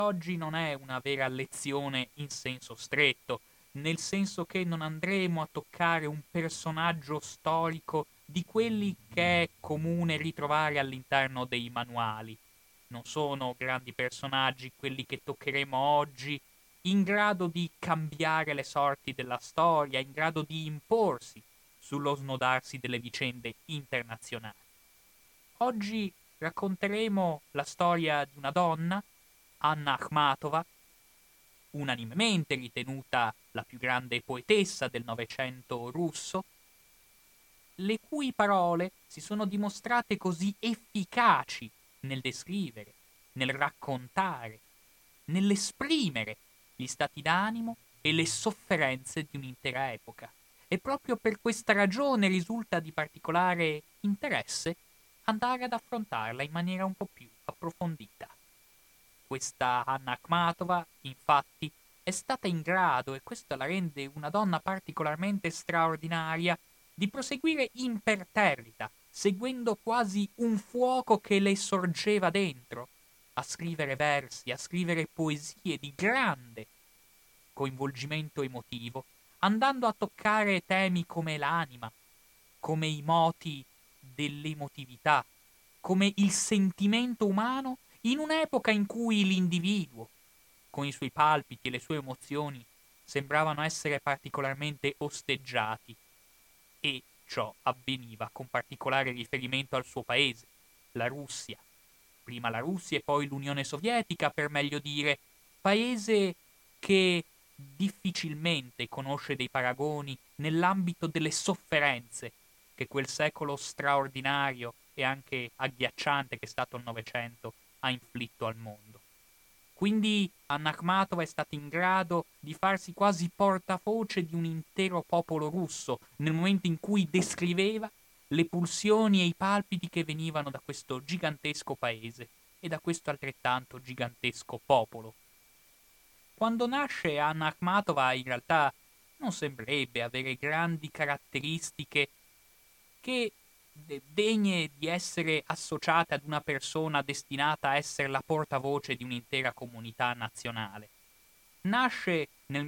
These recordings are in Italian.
oggi non è una vera lezione in senso stretto, nel senso che non andremo a toccare un personaggio storico di quelli che è comune ritrovare all'interno dei manuali. Non sono grandi personaggi quelli che toccheremo oggi, in grado di cambiare le sorti della storia, in grado di imporsi sullo snodarsi delle vicende internazionali. Oggi racconteremo la storia di una donna, Anna Akhmatova, unanimemente ritenuta la più grande poetessa del Novecento russo, le cui parole si sono dimostrate così efficaci nel descrivere, nel raccontare, nell'esprimere gli stati d'animo e le sofferenze di un'intera epoca. E proprio per questa ragione risulta di particolare interesse andare ad affrontarla in maniera un po' più approfondita. Questa Anna Akhmatova, infatti, è stata in grado, e questo la rende una donna particolarmente straordinaria, di proseguire imperterrita, seguendo quasi un fuoco che le sorgeva dentro, a scrivere versi, a scrivere poesie di grande coinvolgimento emotivo, andando a toccare temi come l'anima, come i moti dell'emotività, come il sentimento umano in un'epoca in cui l'individuo, con i suoi palpiti e le sue emozioni, sembravano essere particolarmente osteggiati, e ciò avveniva con particolare riferimento al suo paese, la Russia. Prima la Russia e poi l'Unione Sovietica, per meglio dire, paese che difficilmente conosce dei paragoni nell'ambito delle sofferenze che quel secolo straordinario e anche agghiacciante che è stato il Novecento ha inflitto al mondo. Quindi Anna Akhmatova è stata in grado di farsi quasi portavoce di un intero popolo russo nel momento in cui descriveva le pulsioni e i palpiti che venivano da questo gigantesco paese e da questo altrettanto gigantesco popolo. Quando nasce Anna Akhmatova in realtà non sembrerebbe avere grandi caratteristiche che degne di essere associate ad una persona destinata a essere la portavoce di un'intera comunità nazionale. Nasce nel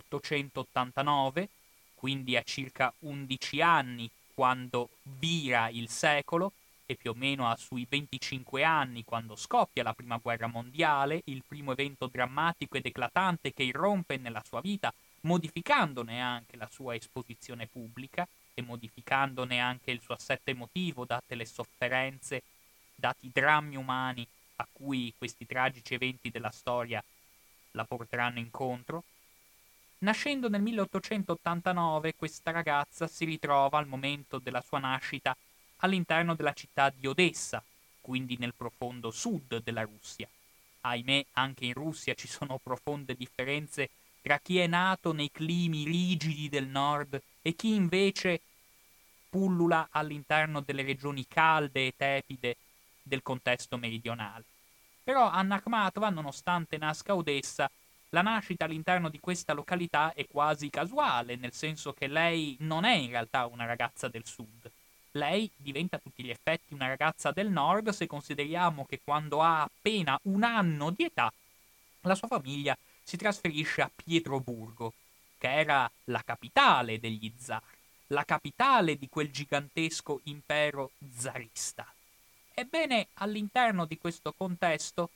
1889, quindi a circa 11 anni quando vira il secolo, e più o meno a sui 25 anni quando scoppia la Prima Guerra Mondiale, il primo evento drammatico ed eclatante che irrompe nella sua vita, modificandone anche la sua esposizione pubblica e modificandone anche il suo assetto emotivo, date le sofferenze, dati i drammi umani a cui questi tragici eventi della storia la porteranno incontro. Nascendo nel 1889, questa ragazza si ritrova al momento della sua nascita all'interno della città di Odessa, quindi nel profondo sud della Russia. Ahimè, anche in Russia ci sono profonde differenze tra chi è nato nei climi rigidi del nord e chi invece pullula all'interno delle regioni calde e tepide del contesto meridionale. Però Anna Akhmatova, nonostante nasca a Odessa, la nascita all'interno di questa località è quasi casuale, nel senso che lei non è in realtà una ragazza del sud. Lei diventa a tutti gli effetti una ragazza del nord se consideriamo che quando ha appena un anno di età la sua famiglia si trasferisce a Pietroburgo, che era la capitale degli zar, la capitale di quel gigantesco impero zarista. Ebbene, all'interno di questo contesto,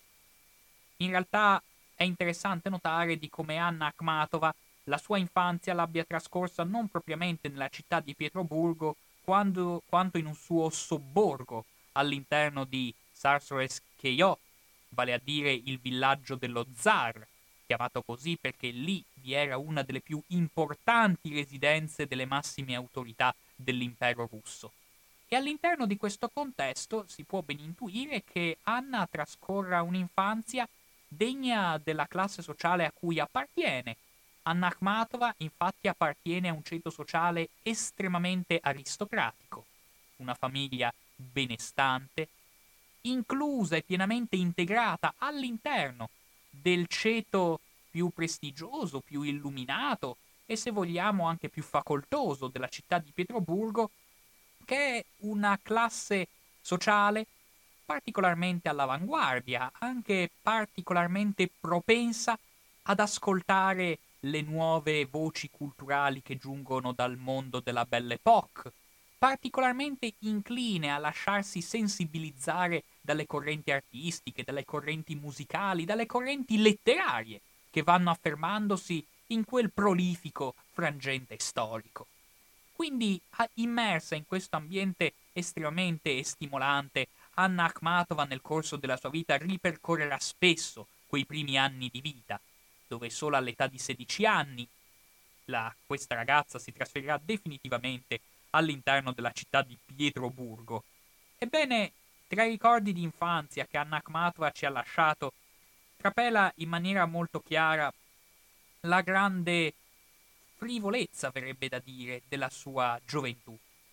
in realtà è interessante notare di come Anna Akhmatova la sua infanzia l'abbia trascorsa non propriamente nella città di Pietroburgo, quanto in un suo sobborgo all'interno di Tsarskoye, vale a dire il villaggio dello zar, chiamato così perché lì vi era una delle più importanti residenze delle massime autorità dell'impero russo. E all'interno di questo contesto si può ben intuire che Anna trascorra un'infanzia degna della classe sociale a cui appartiene. Anna Akhmatova infatti appartiene a un ceto sociale estremamente aristocratico, una famiglia benestante, inclusa e pienamente integrata all'interno del ceto più prestigioso, più illuminato e se vogliamo anche più facoltoso della città di Pietroburgo, che è una classe sociale particolarmente all'avanguardia, anche particolarmente propensa ad ascoltare le nuove voci culturali che giungono dal mondo della Belle Époque, particolarmente incline a lasciarsi sensibilizzare dalle correnti artistiche, dalle correnti musicali, dalle correnti letterarie che vanno affermandosi in quel prolifico frangente storico. Quindi, immersa in questo ambiente estremamente stimolante, Anna Akhmatova nel corso della sua vita ripercorrerà spesso quei primi anni di vita, dove solo all'età di 16 anni questa ragazza si trasferirà definitivamente all'interno della città di Pietroburgo. Ebbene, tra i ricordi di infanzia che Anna Akhmatova ci ha lasciato, trapela in maniera molto chiara la grande frivolezza, verrebbe da dire, della sua gioventù.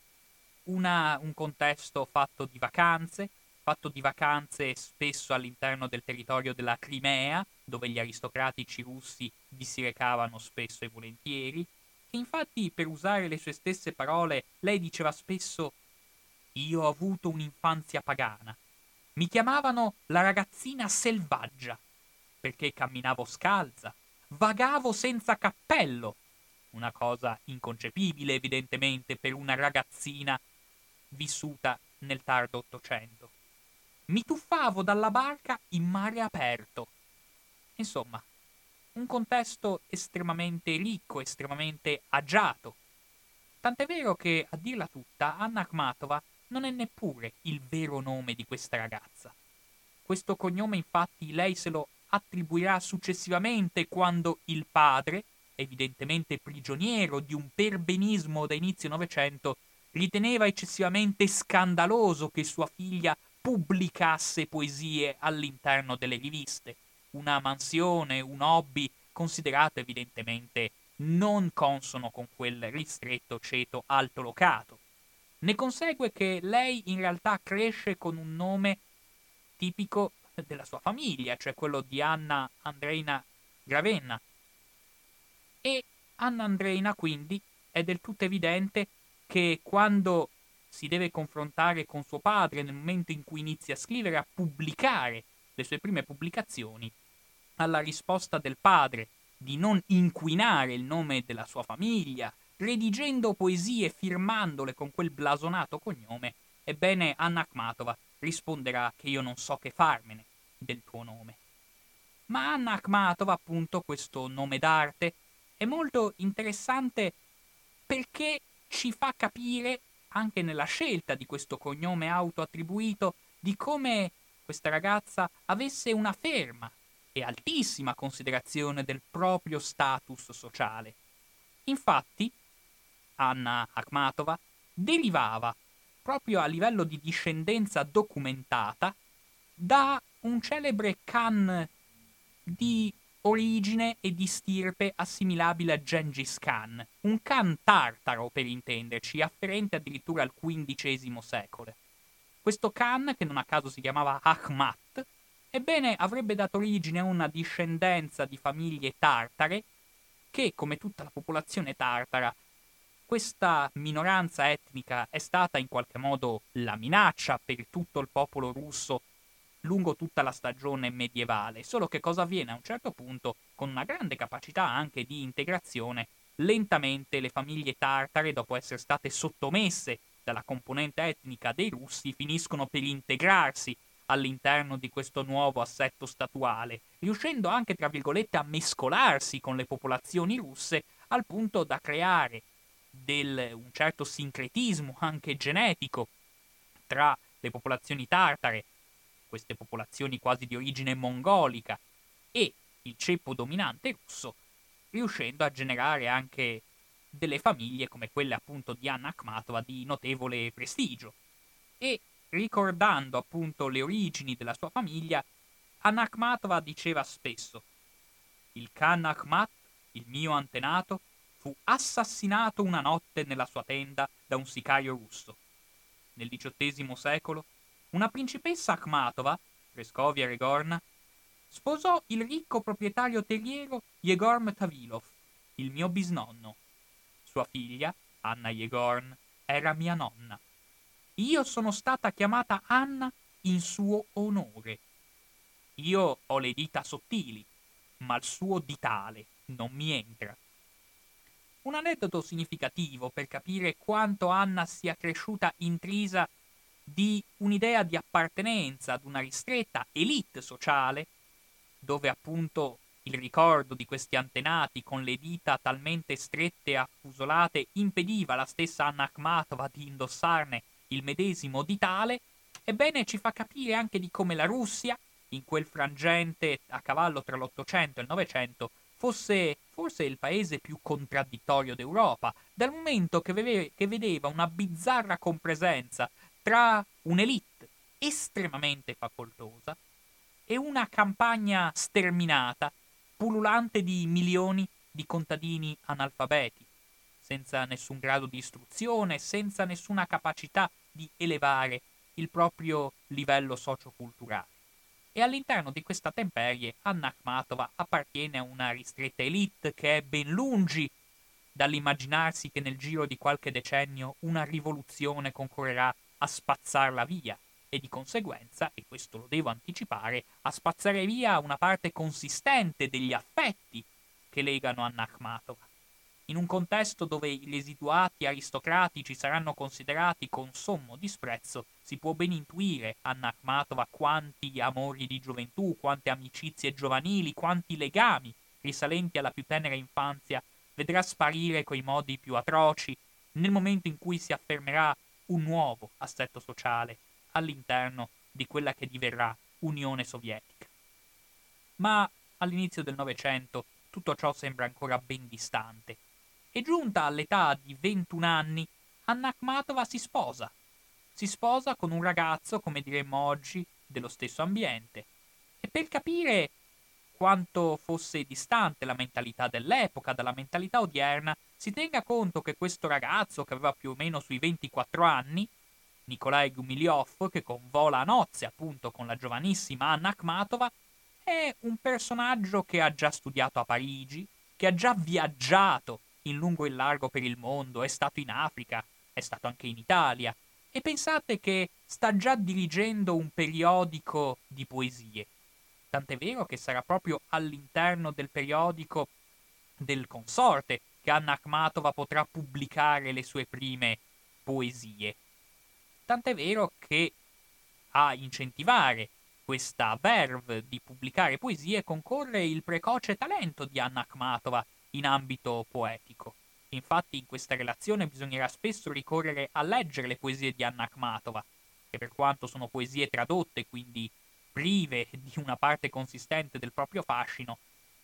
Un contesto fatto di vacanze spesso all'interno del territorio della Crimea, dove gli aristocratici russi vi si recavano spesso e volentieri, che infatti, per usare le sue stesse parole, lei diceva spesso: io ho avuto un'infanzia pagana. Mi chiamavano la ragazzina selvaggia, perché camminavo scalza, vagavo senza cappello, una cosa inconcepibile evidentemente per una ragazzina vissuta nel tardo Ottocento. Mi tuffavo dalla barca in mare aperto. Insomma, un contesto estremamente ricco, estremamente agiato. Tant'è vero che, a dirla tutta, Anna Akhmatova non è neppure il vero nome di questa ragazza. Questo cognome infatti lei se lo attribuirà successivamente quando il padre, evidentemente prigioniero di un perbenismo da inizio Novecento, riteneva eccessivamente scandaloso che sua figlia pubblicasse poesie all'interno delle riviste, una mansione, un hobby considerato evidentemente non consono con quel ristretto ceto altolocato. Ne consegue che lei in realtà cresce con un nome tipico della sua famiglia, cioè quello di Anna Andreina Gravenna. E Anna Andreina quindi è del tutto evidente che quando si deve confrontare con suo padre nel momento in cui inizia a scrivere, a pubblicare le sue prime pubblicazioni, alla risposta del padre di non inquinare il nome della sua famiglia, redigendo poesie, firmandole con quel blasonato cognome, ebbene Anna Akhmatova risponderà che io non so che farmene del tuo nome. Ma Anna Akhmatova, appunto, questo nome d'arte, è molto interessante perché ci fa capire, anche nella scelta di questo cognome autoattribuito, di come questa ragazza avesse una ferma e altissima considerazione del proprio status sociale. Infatti, Anna Akhmatova derivava, proprio a livello di discendenza documentata, da un celebre Khan di origine e di stirpe assimilabile a Gengis Khan, un Khan tartaro per intenderci, afferente addirittura al XV secolo. Questo Khan, che non a caso si chiamava Ahmat, ebbene avrebbe dato origine a una discendenza di famiglie tartare che, come tutta la popolazione tartara, questa minoranza etnica è stata in qualche modo la minaccia per tutto il popolo russo lungo tutta la stagione medievale, solo che cosa avviene? A un certo punto, con una grande capacità anche di integrazione, lentamente le famiglie tartare, dopo essere state sottomesse dalla componente etnica dei russi, finiscono per integrarsi all'interno di questo nuovo assetto statuale, riuscendo anche, tra virgolette, a mescolarsi con le popolazioni russe al punto da creare un certo sincretismo anche genetico tra le popolazioni tartare, queste popolazioni quasi di origine mongolica, e il ceppo dominante russo, riuscendo a generare anche delle famiglie come quelle appunto di Anna Akhmatova di notevole prestigio. E ricordando appunto le origini della sua famiglia, Anna Akhmatova diceva spesso: il Khan Ahmat, il mio antenato, fu assassinato una notte nella sua tenda da un sicario russo. Nel XVIII secolo, una principessa Akhmatova, Preskovia Regorna, sposò il ricco proprietario terriero Yegorm Tavilov, il mio bisnonno. Sua figlia, Anna Yegorn, era mia nonna. Io sono stata chiamata Anna in suo onore. Io ho le dita sottili, ma il suo ditale non mi entra. Un aneddoto significativo per capire quanto Anna sia cresciuta intrisa di un'idea di appartenenza ad una ristretta elite sociale, dove appunto il ricordo di questi antenati con le dita talmente strette e affusolate impediva alla stessa Anna Akhmatova di indossarne il medesimo ditale, ebbene ci fa capire anche di come la Russia, in quel frangente a cavallo tra l'Ottocento e il Novecento, fosse forse il paese più contraddittorio d'Europa, dal momento che vedeva una bizzarra compresenza tra un'elite estremamente facoltosa e una campagna sterminata, pullulante di milioni di contadini analfabeti, senza nessun grado di istruzione, senza nessuna capacità di elevare il proprio livello socioculturale. E all'interno di questa temperie Anna Akhmatova appartiene a una ristretta elite che è ben lungi dall'immaginarsi che nel giro di qualche decennio una rivoluzione concorrerà a spazzarla via e di conseguenza, e questo lo devo anticipare, a spazzare via una parte consistente degli affetti che legano Anna Akhmatova. In un contesto dove i residuati aristocratici saranno considerati con sommo disprezzo, si può ben intuire, Anna Akhmatova, quanti amori di gioventù, quante amicizie giovanili, quanti legami risalenti alla più tenera infanzia vedrà sparire coi modi più atroci nel momento in cui si affermerà un nuovo assetto sociale all'interno di quella che diverrà Unione Sovietica. Ma all'inizio del Novecento tutto ciò sembra ancora ben distante. E giunta all'età di 21 anni, Anna Akhmatova si sposa. Si sposa con un ragazzo, come diremmo oggi, dello stesso ambiente. E per capire quanto fosse distante la mentalità dell'epoca dalla mentalità odierna, si tenga conto che questo ragazzo, che aveva più o meno sui 24 anni, Nikolai Gumilyov, che convola a nozze appunto con la giovanissima Anna Akhmatova, è un personaggio che ha già studiato a Parigi, che ha già viaggiato in lungo e in largo per il mondo, è stato in Africa, è stato anche in Italia, e pensate che sta già dirigendo un periodico di poesie. Tant'è vero che sarà proprio all'interno del periodico del consorte che Anna Akhmatova potrà pubblicare le sue prime poesie. Tant'è vero che a incentivare questa verve di pubblicare poesie concorre il precoce talento di Anna Akhmatova in ambito poetico. Infatti in questa relazione bisognerà spesso ricorrere a leggere le poesie di Anna Akhmatova, che per quanto sono poesie tradotte, quindi prive di una parte consistente del proprio fascino,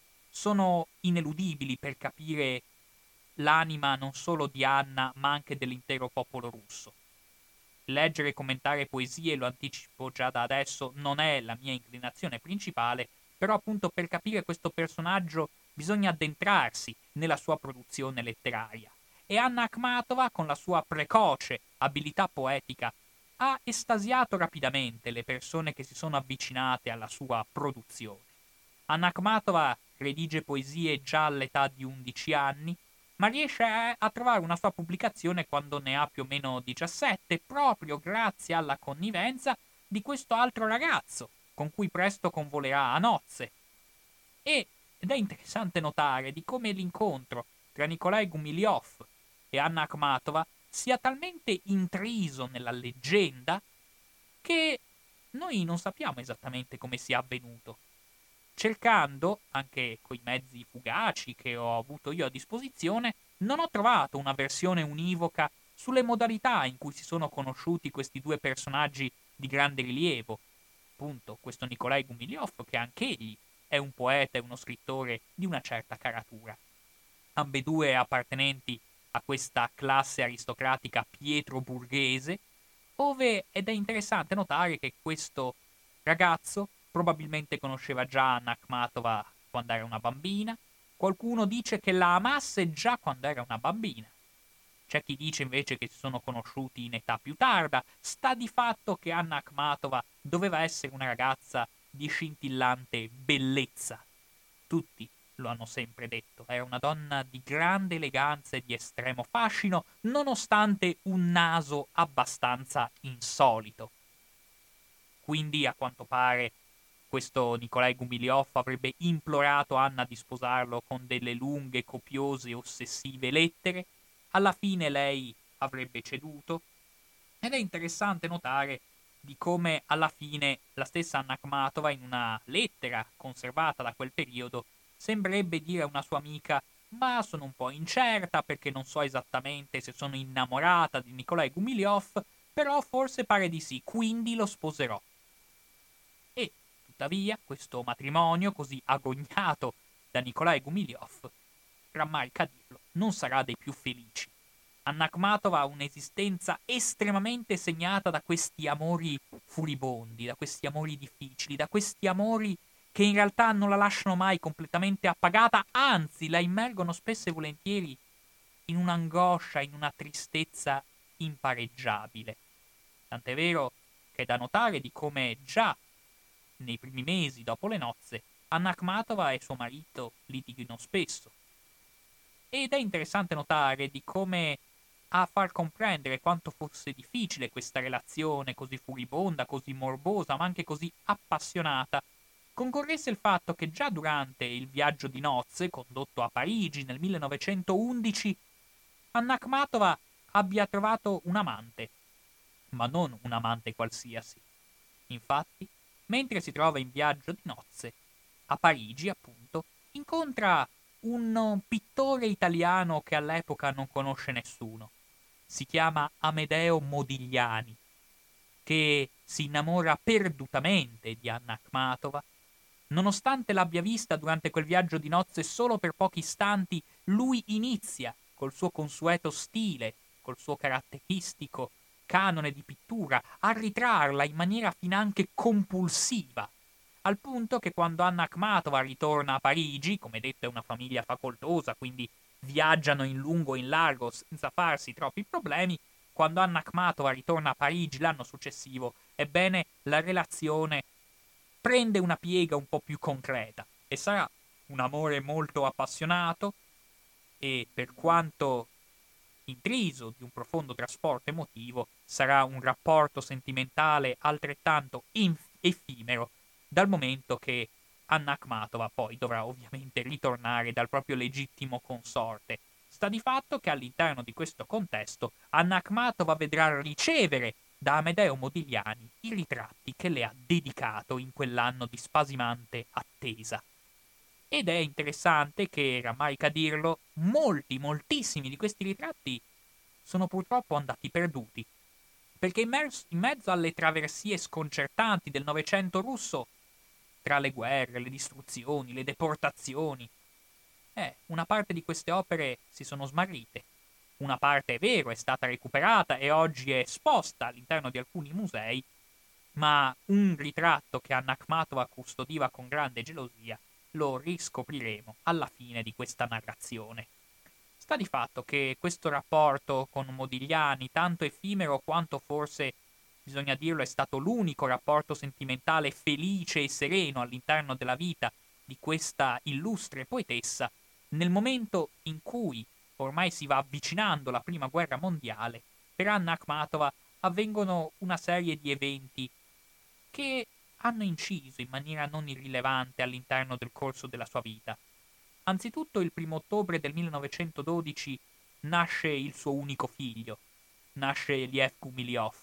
sono ineludibili per capire l'anima non solo di Anna, ma anche dell'intero popolo russo. Leggere e commentare poesie, lo anticipo già da adesso, non è la mia inclinazione principale, però appunto per capire questo personaggio bisogna addentrarsi nella sua produzione letteraria. E Anna Akhmatova, con la sua precoce abilità poetica, ha estasiato rapidamente le persone che si sono avvicinate alla sua produzione. Anna Akhmatova redige poesie già all'età di 11 anni, ma riesce a trovare una sua pubblicazione quando ne ha più o meno 17, proprio grazie alla connivenza di questo altro ragazzo, con cui presto convolerà a nozze. Ed è interessante notare di come l'incontro tra Nikolai Gumilyov e Anna Akhmatova sia talmente intriso nella leggenda che noi non sappiamo esattamente come sia avvenuto. Cercando, anche coi mezzi fugaci che ho avuto io a disposizione, non ho trovato una versione univoca sulle modalità in cui si sono conosciuti questi due personaggi di grande rilievo. Appunto, questo Nikolai Gumilyov, che anch'egli è un poeta e uno scrittore di una certa caratura. Ambedue appartenenti a questa classe aristocratica pietroburghese, ed è interessante notare che questo ragazzo probabilmente conosceva già Anna Akhmatova quando era una bambina, qualcuno dice che la amasse già quando era una bambina. C'è chi dice invece che si sono conosciuti in età più tarda, sta di fatto che Anna Akhmatova doveva essere una ragazza di scintillante bellezza. Tutti lo hanno sempre detto, era una donna di grande eleganza e di estremo fascino, nonostante un naso abbastanza insolito. quindi a quanto pare questo Nikolai Gumilyov avrebbe implorato Anna di sposarlo con delle lunghe, copiose, ossessive lettere. Alla fine lei avrebbe ceduto, ed è interessante notare di come alla fine la stessa Anna Akhmatova, in una lettera conservata da quel periodo, sembrerebbe dire a una sua amica: ma sono un po' incerta perché non so esattamente se sono innamorata di Nikolai Gumilyov, però forse pare di sì, quindi lo sposerò. E tuttavia questo matrimonio così agognato da Nikolai Gumilyov, rammarica dirlo, non sarà dei più felici. Anna Akhmatova ha un'esistenza estremamente segnata da questi amori furibondi, da questi amori difficili, da questi amori che in realtà non la lasciano mai completamente appagata, anzi la immergono spesso e volentieri in un'angoscia, in una tristezza impareggiabile. Tant'è vero che è da notare di come già nei primi mesi dopo le nozze Anna Akhmatova e suo marito litighino spesso. Ed è interessante notare di come a far comprendere quanto fosse difficile questa relazione così furibonda, così morbosa, ma anche così appassionata, concorresse il fatto che già durante il viaggio di nozze condotto a Parigi nel 1911, Anna Akhmatova abbia trovato un amante, ma non un amante qualsiasi. Infatti, mentre si trova in viaggio di nozze, a Parigi, appunto, incontra un pittore italiano che all'epoca non conosce nessuno. Si chiama Amedeo Modigliani, che si innamora perdutamente di Anna Akhmatova. Nonostante l'abbia vista durante quel viaggio di nozze solo per pochi istanti, lui inizia, col suo consueto stile, col suo caratteristico canone di pittura, a ritrarla in maniera finanche compulsiva, al punto che quando Anna Akhmatova ritorna a Parigi, come detto è una famiglia facoltosa, quindi viaggiano in lungo e in largo senza farsi troppi problemi, quando Anna Akhmatova ritorna a Parigi l'anno successivo, ebbene la relazione prende una piega un po' più concreta e sarà un amore molto appassionato e, per quanto intriso di un profondo trasporto emotivo, sarà un rapporto sentimentale altrettanto effimero, dal momento che Anna Akhmatova poi dovrà ovviamente ritornare dal proprio legittimo consorte. Sta di fatto che all'interno di questo contesto Anna Akhmatova vedrà ricevere da Amedeo Modigliani i ritratti che le ha dedicato in quell'anno di spasimante attesa. Ed è interessante che, rammarica dirlo, moltissimi di questi ritratti sono purtroppo andati perduti, perché in mezzo alle traversie sconcertanti del Novecento russo, tra le guerre, le distruzioni, le deportazioni, una parte di queste opere si sono smarrite. Una parte, è vero, è stata recuperata e oggi è esposta all'interno di alcuni musei, ma un ritratto che Anna Akhmatova custodiva con grande gelosia lo riscopriremo alla fine di questa narrazione. Sta di fatto che questo rapporto con Modigliani, tanto effimero quanto forse, bisogna dirlo, è stato l'unico rapporto sentimentale felice e sereno all'interno della vita di questa illustre poetessa, nel momento in cui ormai si va avvicinando la prima guerra mondiale, per Anna Akhmatova avvengono una serie di eventi che hanno inciso in maniera non irrilevante all'interno del corso della sua vita. Anzitutto il 1° ottobre del 1912 nasce il suo unico figlio, nasce Liev Gumilyov.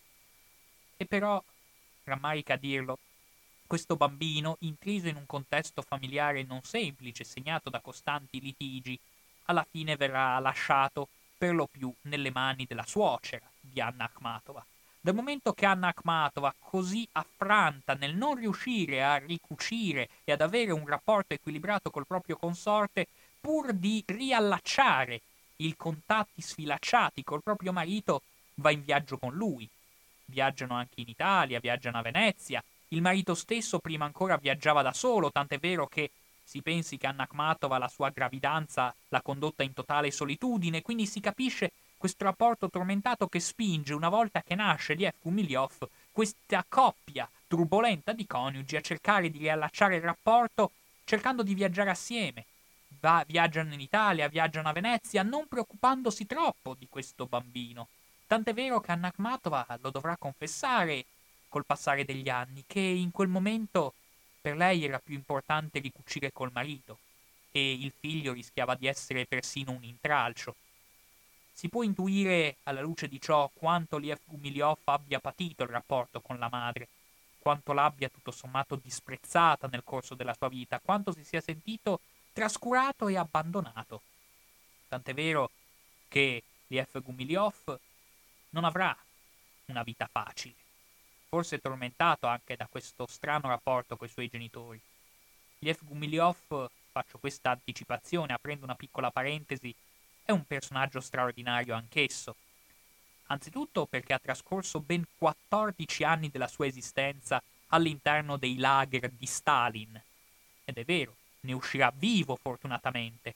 E però, rammarica dirlo, questo bambino, intriso in un contesto familiare non semplice, segnato da costanti litigi, alla fine verrà lasciato per lo più nelle mani della suocera di Anna Akhmatova. Dal momento che Anna Akhmatova, così affranta nel non riuscire a ricucire e ad avere un rapporto equilibrato col proprio consorte, pur di riallacciare i contatti sfilacciati col proprio marito, va in viaggio con lui. Viaggiano anche in Italia, viaggiano a Venezia. Il marito stesso prima ancora viaggiava da solo, tant'è vero che si pensi che Anna Akhmatova la sua gravidanza l'ha condotta in totale solitudine, quindi si capisce questo rapporto tormentato che spinge, una volta che nasce Liev Gumilyov, questa coppia turbolenta di coniugi a cercare di riallacciare il rapporto cercando di viaggiare assieme. Viaggiano in Italia, viaggiano a Venezia, non preoccupandosi troppo di questo bambino. Tant'è vero che Anna Akhmatova lo dovrà confessare col passare degli anni, che in quel momento per lei era più importante ricucire col marito e il figlio rischiava di essere persino un intralcio. Si può intuire alla luce di ciò quanto Liev Gumilyov abbia patito il rapporto con la madre, quanto l'abbia tutto sommato disprezzata nel corso della sua vita, quanto si sia sentito trascurato e abbandonato. Tant'è vero che Liev Gumilyov non avrà una vita facile, forse tormentato anche da questo strano rapporto coi suoi genitori. Liev Gumilyov, faccio questa anticipazione aprendo una piccola parentesi, è un personaggio straordinario anch'esso. Anzitutto perché ha trascorso ben 14 anni della sua esistenza all'interno dei lager di Stalin. Ed è vero, ne uscirà vivo fortunatamente.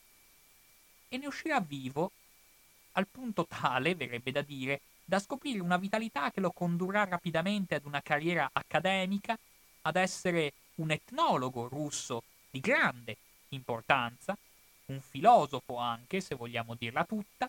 E ne uscirà vivo al punto tale, verrebbe da dire, da scoprire una vitalità che lo condurrà rapidamente ad una carriera accademica, ad essere un etnologo russo di grande importanza, un filosofo anche, se vogliamo dirla tutta,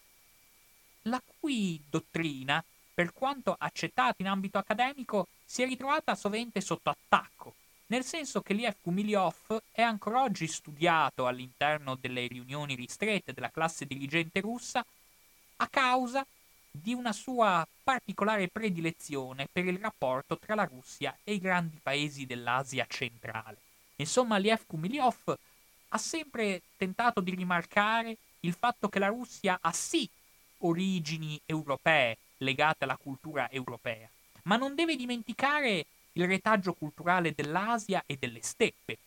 la cui dottrina, per quanto accettata in ambito accademico, si è ritrovata sovente sotto attacco, nel senso che Liev Gumilyov è ancora oggi studiato all'interno delle riunioni ristrette della classe dirigente russa a causa di una sua particolare predilezione per il rapporto tra la Russia e i grandi paesi dell'Asia centrale. Insomma, Liev Gumilyov ha sempre tentato di rimarcare il fatto che la Russia ha sì origini europee legate alla cultura europea, ma non deve dimenticare il retaggio culturale dell'Asia e delle steppe.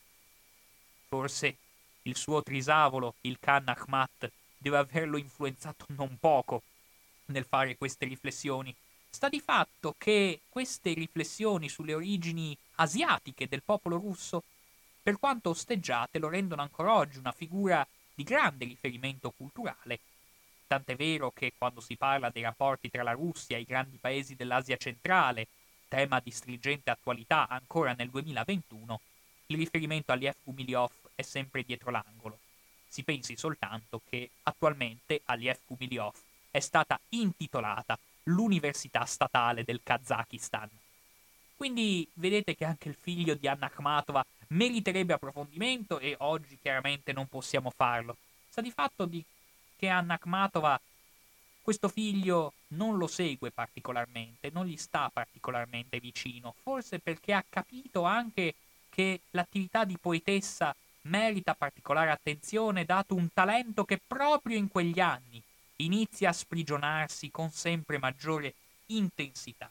Forse il suo trisavolo, il Khan Ahmat, deve averlo influenzato non poco nel fare queste riflessioni. Sta di fatto che queste riflessioni sulle origini asiatiche del popolo russo, per quanto osteggiate, lo rendono ancora oggi una figura di grande riferimento culturale. Tant'è vero che quando si parla dei rapporti tra la Russia e i grandi paesi dell'Asia centrale, tema di stringente attualità ancora nel 2021, il riferimento a Liev Gumilyov è sempre dietro l'angolo. Si pensi soltanto che attualmente a Liev Gumilyov è stata intitolata l'Università Statale del Kazakistan. Quindi vedete che anche il figlio di Anna Akhmatova meriterebbe approfondimento e oggi chiaramente non possiamo farlo. Sta di fatto che Anna Akhmatova questo figlio non lo segue particolarmente, non gli sta particolarmente vicino, forse perché ha capito anche che l'attività di poetessa merita particolare attenzione dato un talento che proprio in quegli anni inizia a sprigionarsi con sempre maggiore intensità.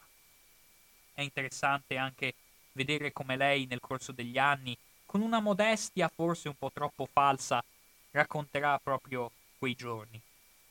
È interessante anche vedere come lei nel corso degli anni, con una modestia forse un po' troppo falsa, racconterà proprio quei giorni.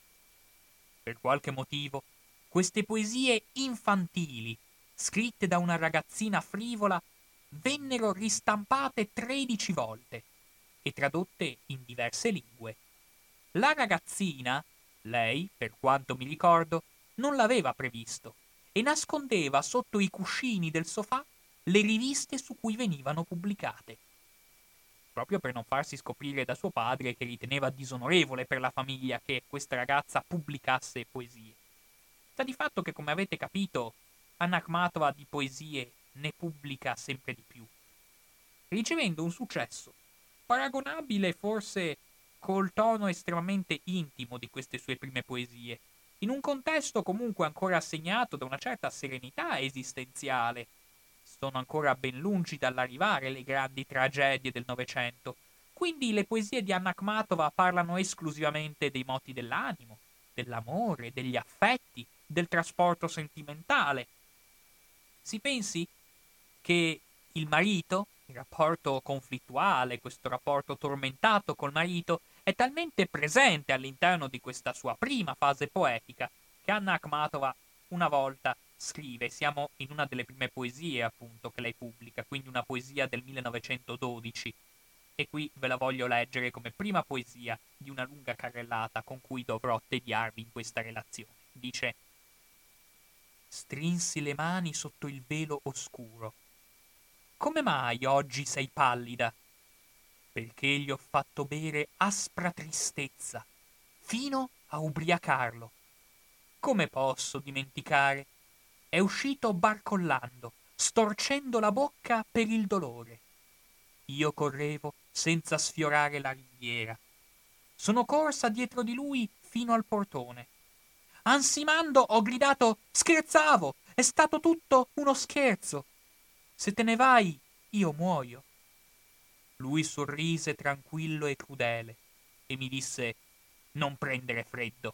Per qualche motivo, queste poesie infantili, scritte da una ragazzina frivola, vennero ristampate 13 volte e tradotte in diverse lingue. La ragazzina, lei, per quanto mi ricordo, non l'aveva previsto e nascondeva sotto i cuscini del sofà le riviste su cui venivano pubblicate, proprio per non farsi scoprire da suo padre che riteneva disonorevole per la famiglia che questa ragazza pubblicasse poesie. Sta di fatto che, come avete capito, Anna Akhmatova di poesie ne pubblica sempre di più, ricevendo un successo paragonabile forse col tono estremamente intimo di queste sue prime poesie, in un contesto comunque ancora segnato da una certa serenità esistenziale. Sono ancora ben lungi dall'arrivare le grandi tragedie del Novecento, quindi le poesie di Anna Akhmatova parlano esclusivamente dei moti dell'animo, dell'amore, degli affetti, del trasporto sentimentale. Si pensi che il marito, il rapporto conflittuale, questo rapporto tormentato col marito, è talmente presente all'interno di questa sua prima fase poetica che Anna Akhmatova una volta scrive, siamo in una delle prime poesie appunto che lei pubblica, quindi una poesia del 1912, e qui ve la voglio leggere come prima poesia di una lunga carrellata con cui dovrò tediarvi in questa relazione. Dice: strinsi le mani sotto il velo oscuro. Come mai oggi sei pallida? Perché gli ho fatto bere aspra tristezza, fino a ubriacarlo. Come posso dimenticare? È uscito barcollando, storcendo la bocca per il dolore. Io correvo senza sfiorare la ringhiera. Sono corsa dietro di lui fino al portone. Ansimando ho gridato: scherzavo! È stato tutto uno scherzo! Se te ne vai, io muoio. Lui sorrise tranquillo e crudele e mi disse: non prendere freddo.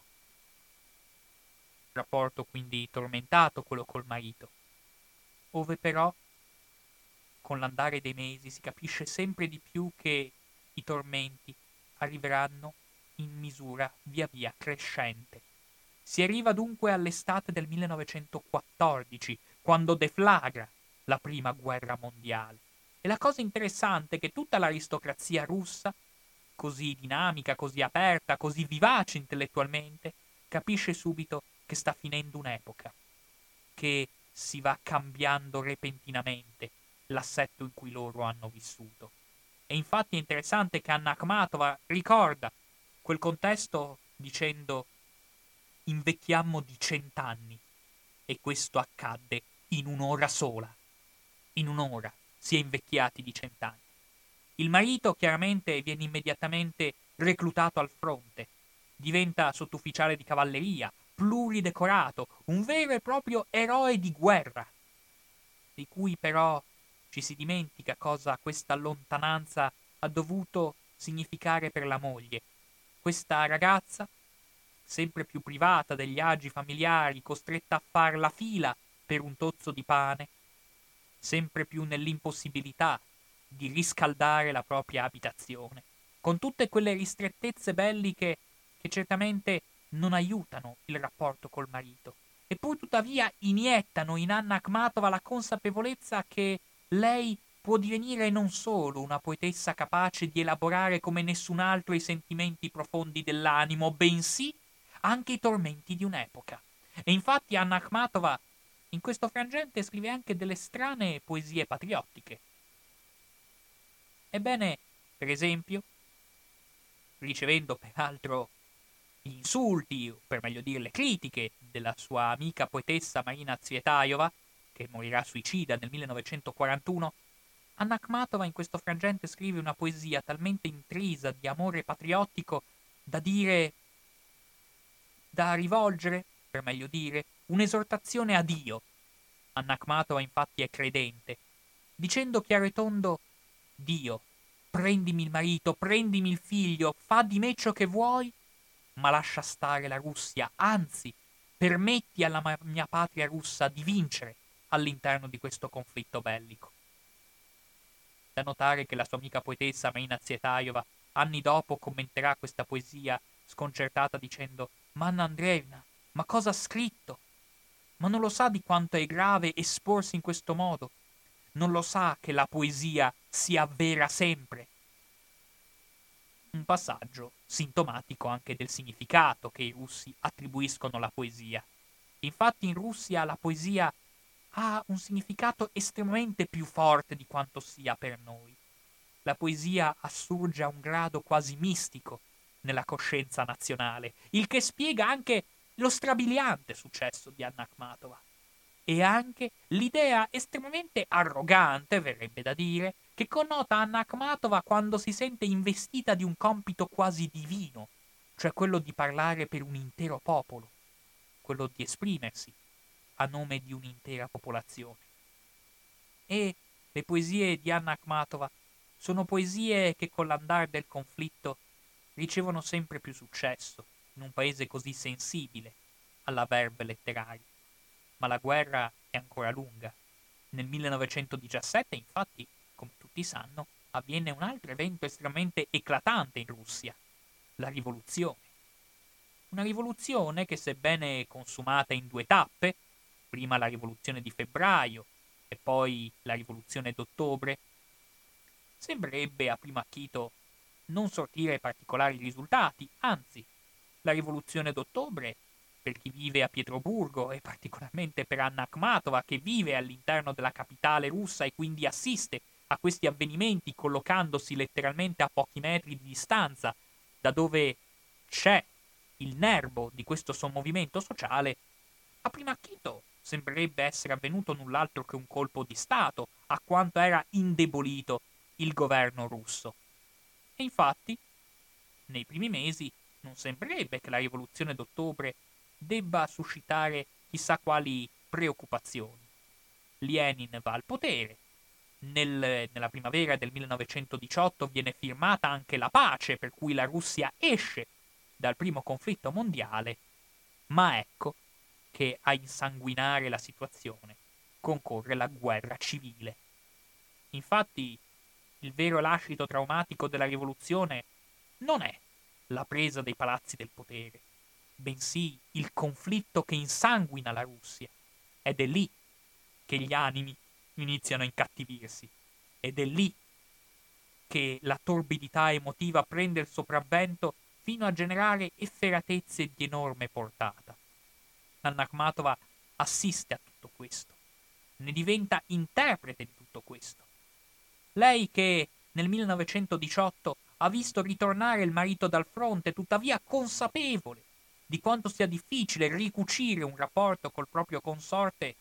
Rapporto quindi tormentato quello col marito, ove però con l'andare dei mesi si capisce sempre di più che i tormenti arriveranno in misura via via crescente. Si arriva dunque all'estate del 1914, quando deflagra la prima guerra mondiale. E la cosa interessante è che tutta l'aristocrazia russa, così dinamica, così aperta, così vivace intellettualmente, capisce subito che sta finendo un'epoca, che si va cambiando repentinamente l'assetto in cui loro hanno vissuto. E infatti è interessante che Anna Akhmatova ricorda quel contesto dicendo: invecchiammo di 100 anni e questo accadde in un'ora sola. In un'ora si è invecchiati di 100 anni. Il marito chiaramente viene immediatamente reclutato al fronte, diventa sottufficiale di cavalleria, pluridecorato, un vero e proprio eroe di guerra, di cui però ci si dimentica cosa questa lontananza ha dovuto significare per la moglie. Questa ragazza, sempre più privata degli agi familiari, costretta a far la fila per un tozzo di pane, sempre più nell'impossibilità di riscaldare la propria abitazione, con tutte quelle ristrettezze belliche che certamente non aiutano il rapporto col marito, eppure tuttavia iniettano in Anna Akhmatova la consapevolezza che lei può divenire non solo una poetessa capace di elaborare come nessun altro i sentimenti profondi dell'animo, bensì anche i tormenti di un'epoca. E infatti Anna Akhmatova in questo frangente scrive anche delle strane poesie patriottiche. Ebbene, per esempio, ricevendo peraltro gli insulti, o per meglio dire le critiche, della sua amica poetessa Marina Tsvetaeva, che morirà suicida nel 1941, Anna Akhmatova in questo frangente scrive una poesia talmente intrisa di amore patriottico da dire, da rivolgere, per meglio dire, un'esortazione a Dio. Anna Akhmatova infatti è credente, dicendo chiaro e tondo: Dio, prendimi il marito, prendimi il figlio, fa di me ciò che vuoi, ma lascia stare la Russia, anzi, permetti alla mia patria russa di vincere all'interno di questo conflitto bellico. Da notare che la sua amica poetessa Marina Tsvetaeva anni dopo commenterà questa poesia sconcertata dicendo: ma Anna Andreevna, ma cosa ha scritto? Ma non lo sa di quanto è grave esporsi in questo modo? Non lo sa che la poesia si avvera sempre? Un passaggio sintomatico anche del significato che i russi attribuiscono alla poesia. Infatti in Russia la poesia ha un significato estremamente più forte di quanto sia per noi. La poesia assurge a un grado quasi mistico nella coscienza nazionale, il che spiega anche lo strabiliante successo di Anna Akhmatova e anche l'idea estremamente arrogante, verrebbe da dire, che connota Anna Akhmatova quando si sente investita di un compito quasi divino, cioè quello di parlare per un intero popolo, quello di esprimersi a nome di un'intera popolazione. E le poesie di Anna Akhmatova sono poesie che con l'andare del conflitto ricevono sempre più successo in un paese così sensibile alla verve letteraria. Ma la guerra è ancora lunga. Nel 1917, infatti, come tutti sanno, avviene un altro evento estremamente eclatante in Russia, la rivoluzione. Una rivoluzione che, sebbene consumata in due tappe, prima la rivoluzione di febbraio e poi la rivoluzione d'ottobre, sembrerebbe a primo acchito non sortire particolari risultati, anzi, la rivoluzione d'ottobre, per chi vive a Pietroburgo e particolarmente per Anna Akhmatova che vive all'interno della capitale russa e quindi assiste a questi avvenimenti collocandosi letteralmente a pochi metri di distanza da dove c'è il nervo di questo sommovimento sociale, a primo acchito sembrerebbe essere avvenuto null'altro che un colpo di Stato, a quanto era indebolito il governo russo. E infatti, nei primi mesi, non sembrerebbe che la rivoluzione d'ottobre debba suscitare chissà quali preoccupazioni. Lenin va al potere, nella primavera del 1918 viene firmata anche la pace per cui la Russia esce dal primo conflitto mondiale, ma ecco che a insanguinare la situazione concorre la guerra civile. Infatti, il vero lascito traumatico della rivoluzione non è la presa dei palazzi del potere, bensì il conflitto che insanguina la Russia. Ed è lì che gli animi iniziano a incattivirsi. Ed è lì che la torbidità emotiva prende il sopravvento fino a generare efferatezze di enorme portata. Anna Akhmatova assiste a tutto questo, ne diventa interprete di tutto questo. Lei che nel 1918 ha visto ritornare il marito dal fronte, tuttavia consapevole di quanto sia difficile ricucire un rapporto col proprio consorte,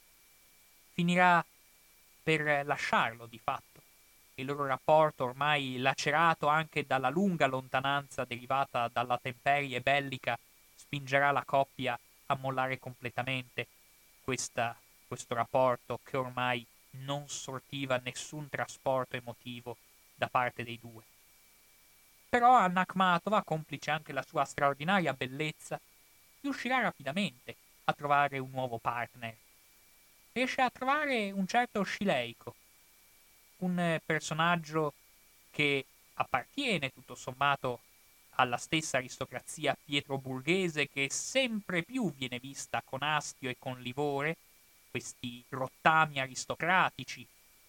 finirà per lasciarlo di fatto. Il loro rapporto, ormai lacerato anche dalla lunga lontananza derivata dalla temperie bellica, spingerà la coppia a mollare completamente questa- questo rapporto che ormai non sortiva nessun trasporto emotivo da parte dei due. Però Anna Akhmatova, complice anche la sua straordinaria bellezza, riuscirà rapidamente a trovare un nuovo partner. Riesce a trovare un certo Scileico, un personaggio che appartiene tutto sommato alla stessa aristocrazia pietroburghese che sempre più viene vista con astio e con livore, questi rottami aristocratici,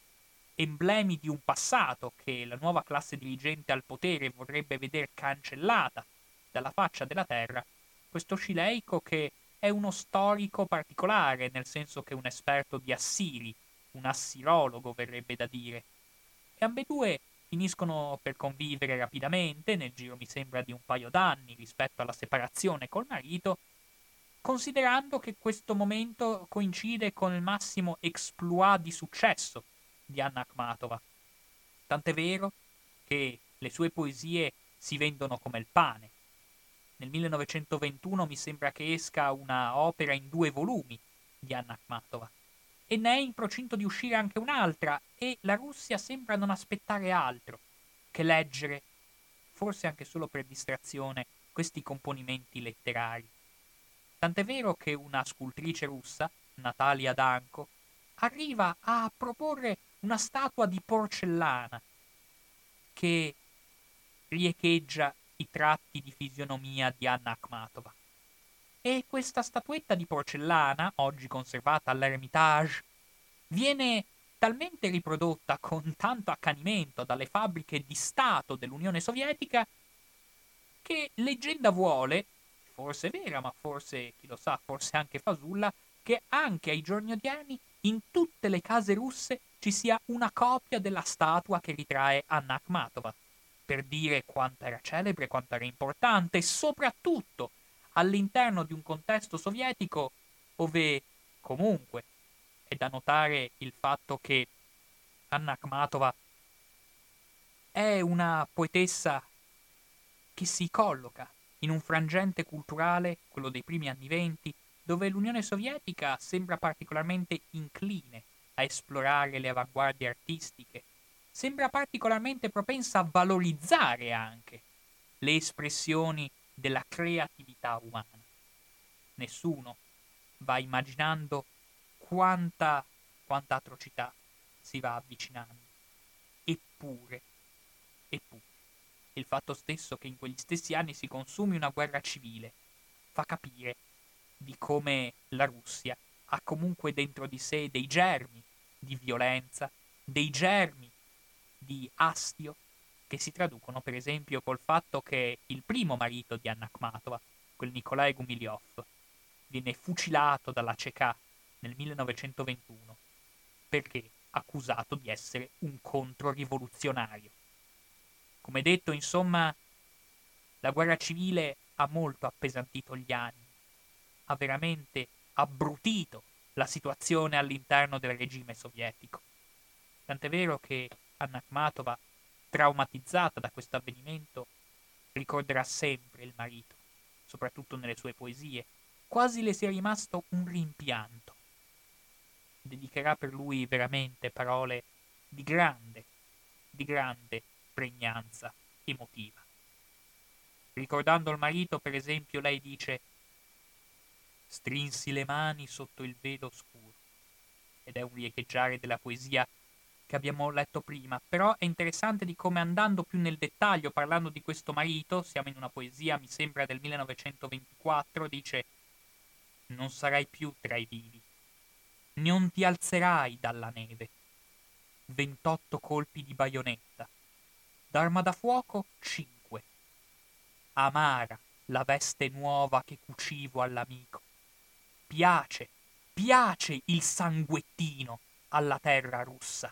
emblemi di un passato che la nuova classe dirigente al potere vorrebbe veder cancellata dalla faccia della terra, questo Scileico che è uno storico particolare, nel senso che è un esperto di assiri, un assirologo verrebbe da dire. E ambedue finiscono per convivere rapidamente, nel giro mi sembra di un paio d'anni rispetto alla separazione col marito, considerando che questo momento coincide con il massimo exploit di successo di Anna Akhmatova. Tant'è vero che le sue poesie si vendono come il pane. Nel 1921 mi sembra che esca una opera in 2 volumi di Anna Akhmatova e ne è in procinto di uscire anche un'altra e la Russia sembra non aspettare altro che leggere, forse anche solo per distrazione, questi componimenti letterari. Tant'è vero che una scultrice russa, Natalia Danko, arriva a proporre una statua di porcellana che riecheggia i tratti di fisionomia di Anna Akhmatova. E questa statuetta di porcellana, oggi conservata all'Ermitage, viene talmente riprodotta con tanto accanimento dalle fabbriche di Stato dell'Unione Sovietica che leggenda vuole, forse vera, ma forse, chi lo sa, forse anche fasulla, che anche ai giorni odierni in tutte le case russe ci sia una copia della statua che ritrae Anna Akhmatova, per dire quanto era celebre, quanto era importante, e soprattutto all'interno di un contesto sovietico dove comunque è da notare il fatto che Anna Akhmatova è una poetessa che si colloca in un frangente culturale, quello dei primi anni venti, dove l'Unione Sovietica sembra particolarmente incline a esplorare le avanguardie artistiche, sembra particolarmente propensa a valorizzare anche le espressioni della creatività umana. Nessuno va immaginando quanta, quanta atrocità si va avvicinando. Eppure, eppure, il fatto stesso che in quegli stessi anni si consumi una guerra civile fa capire di come la Russia ha comunque dentro di sé dei germi di violenza, dei germi di astio che si traducono per esempio col fatto che il primo marito di Anna Akhmatova, quel Nikolai Gumilyov, viene fucilato dalla CK nel 1921 perché accusato di essere un controrivoluzionario. Come detto, insomma, la guerra civile ha molto appesantito gli animi, ha veramente abbrutito la situazione all'interno del regime sovietico. Tant'è vero che Anna Akhmatova, traumatizzata da questo avvenimento, ricorderà sempre il marito, soprattutto nelle sue poesie. Quasi le sia rimasto un rimpianto. Dedicherà per lui veramente parole di grande pregnanza emotiva. Ricordando il marito, per esempio, lei dice: strinsi le mani sotto il velo scuro. Ed è un riecheggiare della poesia che abbiamo letto prima, però è interessante di come, andando più nel dettaglio, parlando di questo marito, siamo in una poesia, mi sembra, del 1924, dice: non sarai più tra i vivi, non ti alzerai dalla neve. 28 colpi di baionetta, d'arma da fuoco 5. Amara la veste nuova che cucivo all'amico. Piace, piace il sanguettino alla terra russa.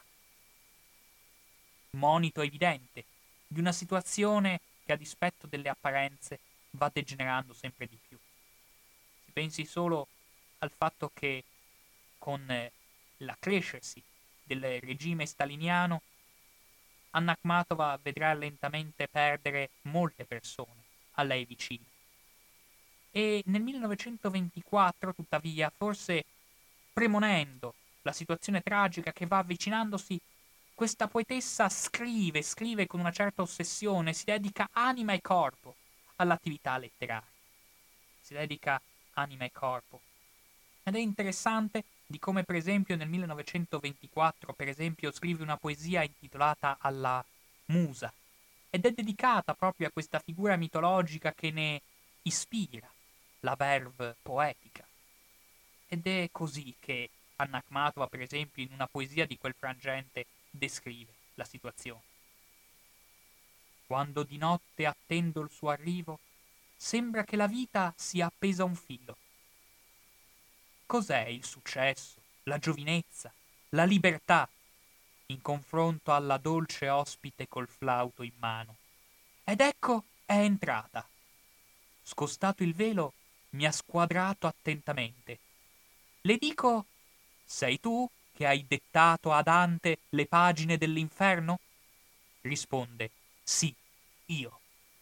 Monito evidente di una situazione che, a dispetto delle apparenze, va degenerando sempre di più. Si pensi solo al fatto che, con l'accrescersi del regime staliniano, Anna Akhmatova vedrà lentamente perdere molte persone a lei vicine. E nel 1924, tuttavia, forse premonendo la situazione tragica che va avvicinandosi, questa poetessa scrive con una certa ossessione, si dedica anima e corpo all'attività letteraria. Si dedica anima e corpo. Ed è interessante di come, per esempio, nel 1924, per esempio, scrive una poesia intitolata Alla Musa, ed è dedicata proprio a questa figura mitologica che ne ispira la verve poetica. Ed è così che Anna Akhmatova, per esempio, in una poesia di quel frangente, descrive la situazione. Quando di notte attendo il suo arrivo, sembra che la vita sia appesa a un filo. Cos'è il successo, la giovinezza, la libertà, in confronto alla dolce ospite col flauto in mano? Ed ecco è entrata. Scostato il velo, mi ha squadrato attentamente. Le dico: sei tu che hai dettato a Dante le pagine dell'inferno? Risponde: sì, io.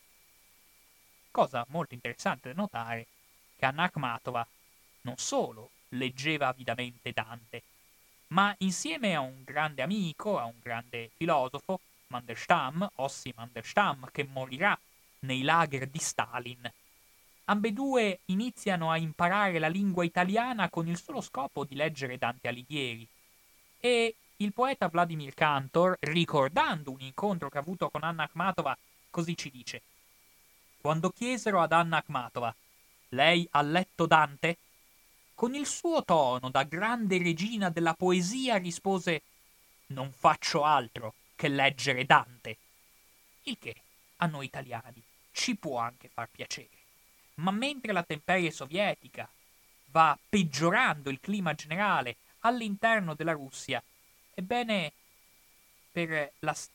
Cosa molto interessante da notare, che Anna Akhmatova non solo leggeva avidamente Dante, ma insieme a un grande amico, a un grande filosofo, Mandelstam, Ossi Mandelstam, che morirà nei lager di Stalin, ambedue iniziano a imparare la lingua italiana con il solo scopo di leggere Dante Alighieri. E il poeta Vladimir Cantor, ricordando un incontro che ha avuto con Anna Akhmatova, così ci dice: quando chiesero ad Anna Akhmatova: lei ha letto Dante? Con il suo tono da grande regina della poesia rispose: non faccio altro che leggere Dante. Il che a noi italiani ci può anche far piacere. Ma mentre la temperie sovietica va peggiorando il clima generale all'interno della Russia, ebbene, per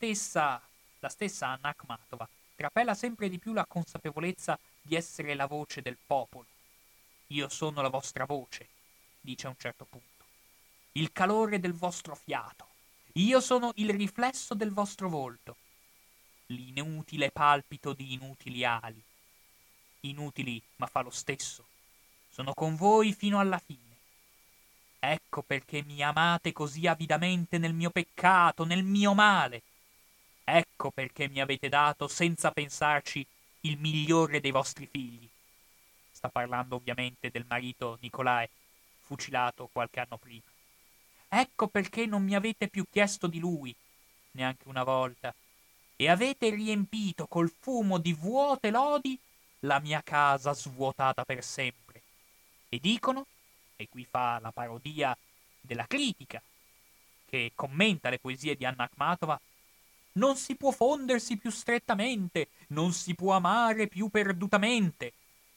la stessa Anna Akhmatova trapela sempre di più la consapevolezza di essere la voce del popolo. Io sono la vostra voce, dice a un certo punto, il calore del vostro fiato. Io sono il riflesso del vostro volto, l'inutile palpito di inutili ali. Inutili, ma fa lo stesso. Sono con voi fino alla fine. Ecco perché mi amate così avidamente nel mio peccato, nel mio male. Ecco perché mi avete dato, senza pensarci, il migliore dei vostri figli. Sta parlando ovviamente del marito Nicolai, fucilato qualche anno prima. Ecco perché non mi avete più chiesto di lui, neanche una volta, e avete riempito col fumo di vuote lodi la mia casa svuotata per sempre. E dicono, e qui fa la parodia della critica che commenta le poesie di Anna Akhmatova: non si può fondersi più strettamente, non si può amare più perdutamente.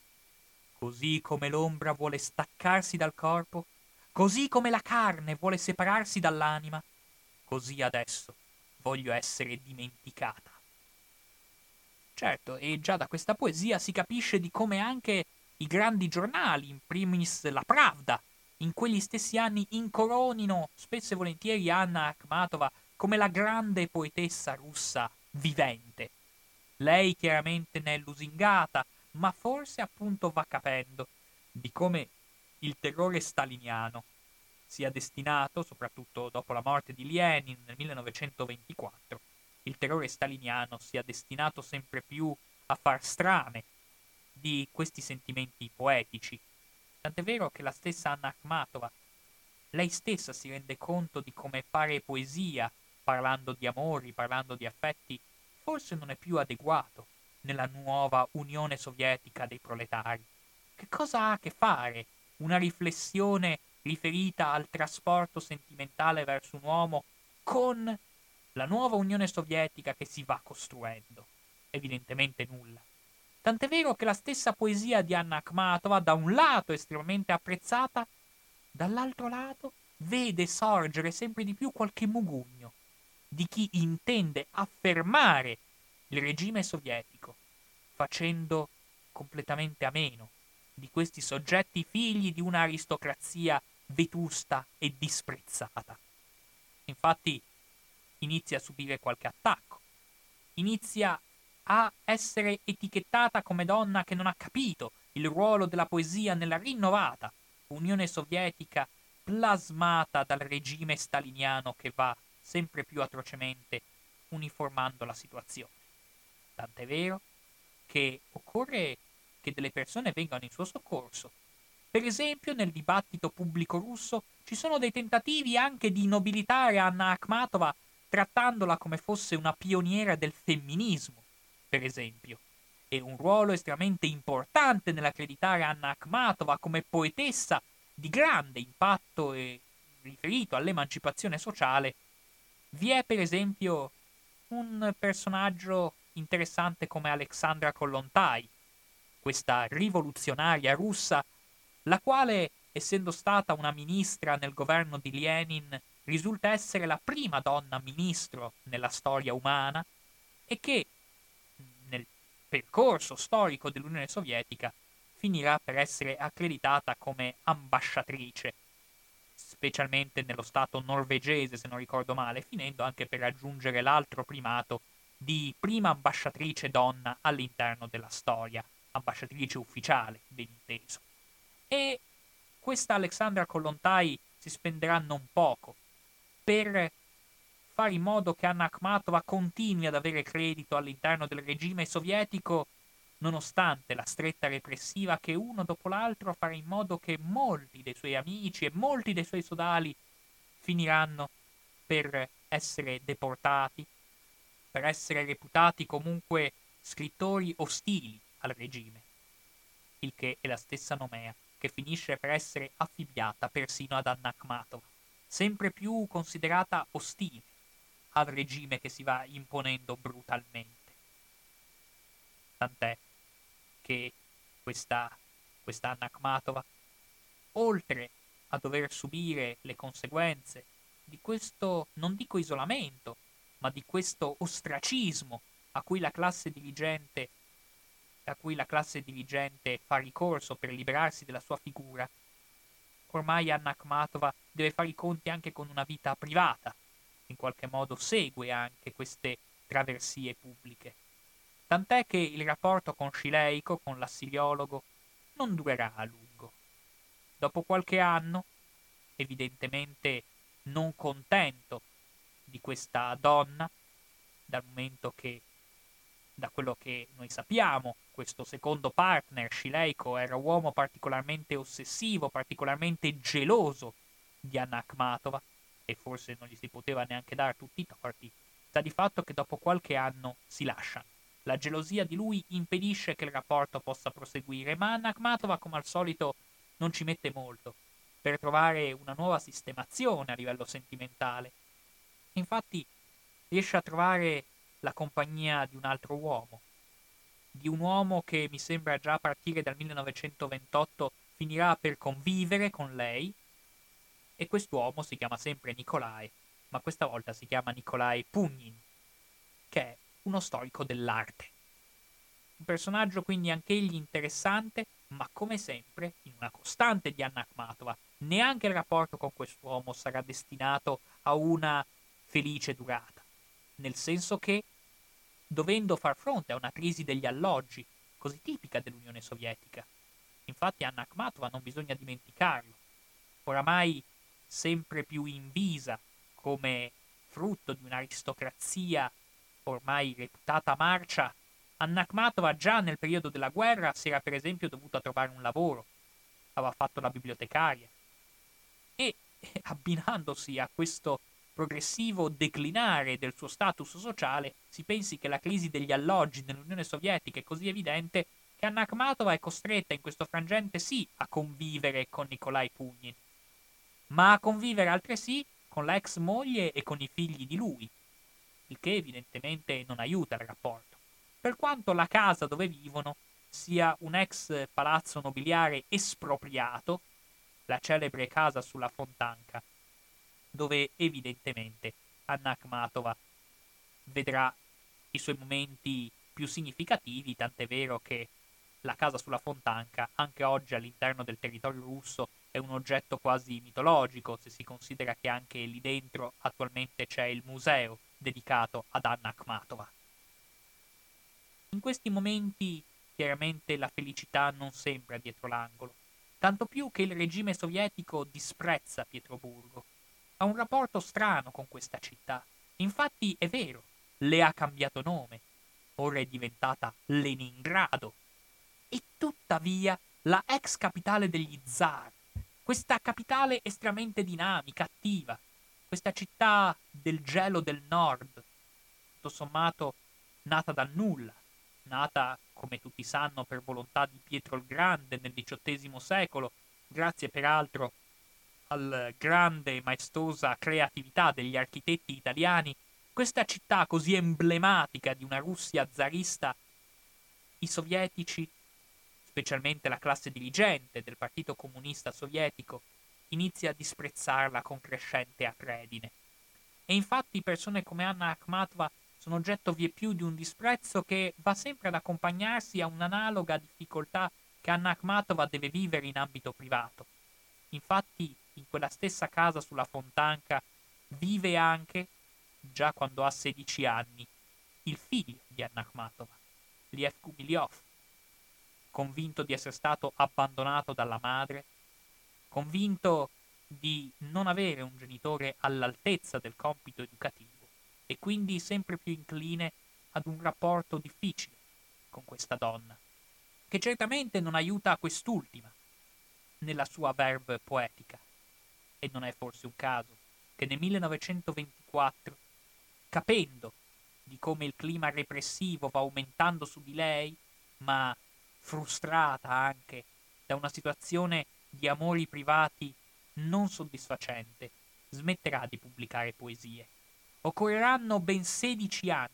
Così come l'ombra vuole staccarsi dal corpo, così come la carne vuole separarsi dall'anima, così adesso voglio essere dimenticata. Certo, e già da questa poesia si capisce di come anche i grandi giornali, in primis la Pravda, in quegli stessi anni incoronino spesso e volentieri Anna Akhmatova come la grande poetessa russa vivente. Lei chiaramente ne è lusingata, ma forse appunto va capendo di come il terrore staliniano sia destinato, soprattutto dopo la morte di Lenin nel 1924, il terrore staliniano sia destinato sempre più a far strame di questi sentimenti poetici. Tant'è vero che la stessa Anna Akhmatova, lei stessa si rende conto di come fare poesia, parlando di amori, parlando di affetti, forse non è più adeguato nella nuova Unione Sovietica dei proletari. Che cosa ha a che fare una riflessione riferita al trasporto sentimentale verso un uomo con la nuova Unione Sovietica che si va costruendo? Evidentemente nulla. Tant'è vero che la stessa poesia di Anna Akhmatova, da un lato estremamente apprezzata, dall'altro lato vede sorgere sempre di più qualche mugugno di chi intende affermare il regime sovietico, facendo completamente a meno di questi soggetti figli di un'aristocrazia vetusta e disprezzata. Infatti inizia a subire qualche attacco, inizia a essere etichettata come donna che non ha capito il ruolo della poesia nella rinnovata Unione Sovietica plasmata dal regime staliniano che va sempre più atrocemente uniformando la situazione. Tant'è vero che occorre che delle persone vengano in suo soccorso. Per esempio, nel dibattito pubblico russo ci sono dei tentativi anche di nobilitare Anna Akhmatova trattandola come fosse una pioniera del femminismo, per esempio. E un ruolo estremamente importante nell'accreditare Anna Akhmatova come poetessa di grande impatto e riferito all'emancipazione sociale, vi è per esempio un personaggio interessante come Alexandra Kollontai, questa rivoluzionaria russa, la quale, essendo stata una ministra nel governo di Lenin, risulta essere la prima donna ministro nella storia umana e che, nel percorso storico dell'Unione Sovietica, finirà per essere accreditata come ambasciatrice, specialmente nello stato norvegese, se non ricordo male, finendo anche per raggiungere l'altro primato di prima ambasciatrice donna all'interno della storia, ambasciatrice ufficiale, ben inteso. E questa Alexandra Kollontai si spenderà non poco per fare in modo che Anna Akhmatova continui ad avere credito all'interno del regime sovietico, nonostante la stretta repressiva che uno dopo l'altro farà in modo che molti dei suoi amici e molti dei suoi sodali finiranno per essere deportati, per essere reputati comunque scrittori ostili al regime, il che è la stessa nomea che finisce per essere affibbiata persino ad Anna Akhmatova, sempre più considerata ostile al regime che si va imponendo brutalmente. Tant'è che questa, questa Anna Akhmatova, oltre a dover subire le conseguenze di questo, non dico isolamento, ma di questo ostracismo a cui la classe dirigente fa ricorso per liberarsi della sua figura, ormai Anna Akhmatova deve fare i conti anche con una vita privata, in qualche modo segue anche queste traversie pubbliche. Tant'è che il rapporto con Scileico, con l'assiriologo, non durerà a lungo. Dopo qualche anno, evidentemente non contento di questa donna, dal momento che, da quello che noi sappiamo, questo secondo partner, Scileico, era un uomo particolarmente ossessivo, particolarmente geloso di Anna Akhmatova, e forse non gli si poteva neanche dare tutti i torti, sta di fatto che dopo qualche anno si lasciano. La gelosia di lui impedisce che il rapporto possa proseguire, ma Anna Akhmatova, come al solito, non ci mette molto per trovare una nuova sistemazione a livello sentimentale. Infatti riesce a trovare la compagnia di un uomo che mi sembra già a partire dal 1928 finirà per convivere con lei, e quest'uomo si chiama sempre Nikolai, ma questa volta si chiama Nikolai Pugnin, che è uno storico dell'arte. Un personaggio quindi anch'egli interessante, Ma come sempre, in una costante di Anna Akhmatova, neanche il rapporto con quest'uomo sarà destinato a una felice durata, nel senso che, dovendo far fronte a una crisi degli alloggi, così tipica dell'Unione Sovietica, infatti Anna Akhmatova, non bisogna dimenticarlo, oramai sempre più invisa come frutto di un'aristocrazia ormai reputata marcia, Anna Akhmatova già nel periodo della guerra si era per esempio dovuta trovare un lavoro, aveva fatto la bibliotecaria e abbinandosi a questo progressivo declinare del suo status sociale, si pensi che la crisi degli alloggi nell'Unione Sovietica è così evidente che Anna Akhmatova è costretta in questo frangente sì a convivere con Nikolai Pugnin, ma a convivere altresì con la ex moglie e con i figli di lui, il che evidentemente non aiuta il rapporto. Per quanto la casa dove vivono sia un ex palazzo nobiliare espropriato, la celebre casa sulla Fontanca, dove evidentemente Anna Akhmatova vedrà i suoi momenti più significativi, tant'è vero che la casa sulla Fontanca, anche oggi all'interno del territorio russo, è un oggetto quasi mitologico, se si considera che anche lì dentro attualmente c'è il museo dedicato ad Anna Akhmatova. In questi momenti, chiaramente, la felicità non sembra dietro l'angolo, tanto più che il regime sovietico disprezza Pietroburgo. Ha un rapporto strano con questa città. Infatti, è vero, le ha cambiato nome. Ora è diventata Leningrado. E tuttavia, la ex capitale degli zar, questa capitale estremamente dinamica, attiva, questa città del gelo del nord, tutto sommato nata dal nulla, nata, come tutti sanno, per volontà di Pietro il Grande nel XVIII secolo, grazie peraltro alla grande e maestosa creatività degli architetti italiani, questa città così emblematica di una Russia zarista, i sovietici, specialmente la classe dirigente del Partito Comunista Sovietico, inizia a disprezzarla con crescente acredine. E infatti persone come Anna Akhmatova sono oggetto vieppiù di un disprezzo che va sempre ad accompagnarsi a un'analoga difficoltà che Anna Akhmatova deve vivere in ambito privato. Infatti, in quella stessa casa sulla Fontanca vive anche, già quando ha 16 anni, il figlio di Anna Akhmatova, Liev Gumilyov, convinto di essere stato abbandonato dalla madre, convinto di non avere un genitore all'altezza del compito educativo e quindi sempre più incline ad un rapporto difficile con questa donna, che certamente non aiuta quest'ultima nella sua verve poetica. E non è forse un caso che nel 1924, capendo di come il clima repressivo va aumentando su di lei, ma frustrata anche da una situazione di amori privati non soddisfacente, smetterà di pubblicare poesie. Occorreranno ben 16 anni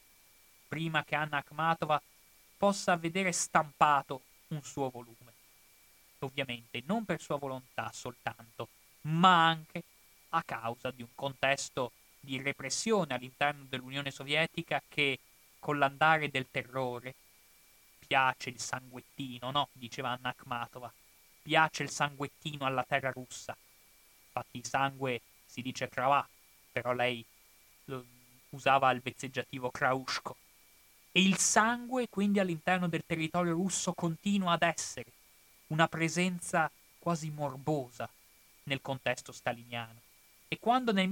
prima che Anna Akhmatova possa vedere stampato un suo volume. Ovviamente non per sua volontà soltanto, ma anche a causa di un contesto di repressione all'interno dell'Unione Sovietica che, con l'andare del terrore, piace il sanguettino, no? Diceva Anna Akhmatova, piace il sanguettino alla terra russa. Infatti il sangue si dice krava, però lei lo usava il vezzeggiativo kraushko. E il sangue, quindi all'interno del territorio russo, continua ad essere una presenza quasi morbosa nel contesto staliniano. E quando nel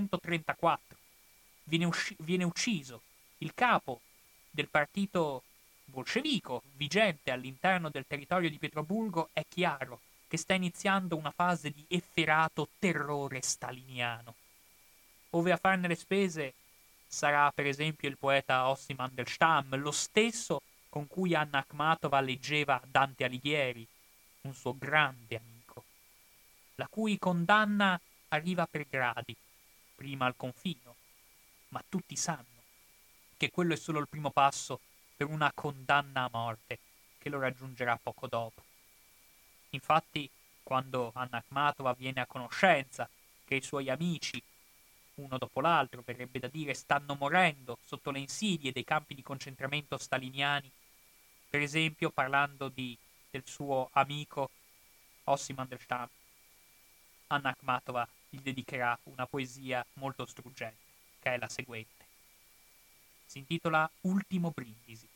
1934 viene ucciso il capo del partito bolscevico vigente all'interno del territorio di Pietroburgo, è chiaro che sta iniziando una fase di efferato terrore staliniano, ove a farne le spese sarà per esempio il poeta Ossi Mandelstam, lo stesso con cui Anna Akhmatova leggeva Dante Alighieri, un suo grande amico, la cui condanna arriva per gradi, prima al confino, ma tutti sanno che quello è solo il primo passo per una condanna a morte che lo raggiungerà poco dopo. Infatti, quando Anna Akhmatova viene a conoscenza che i suoi amici, uno dopo l'altro, verrebbe da dire, stanno morendo sotto le insidie dei campi di concentramento staliniani, per esempio parlando di del suo amico Ossim Mandelstam, Anna Akhmatova gli dedicherà una poesia molto struggente, che è la seguente. Si intitola Ultimo brindisi.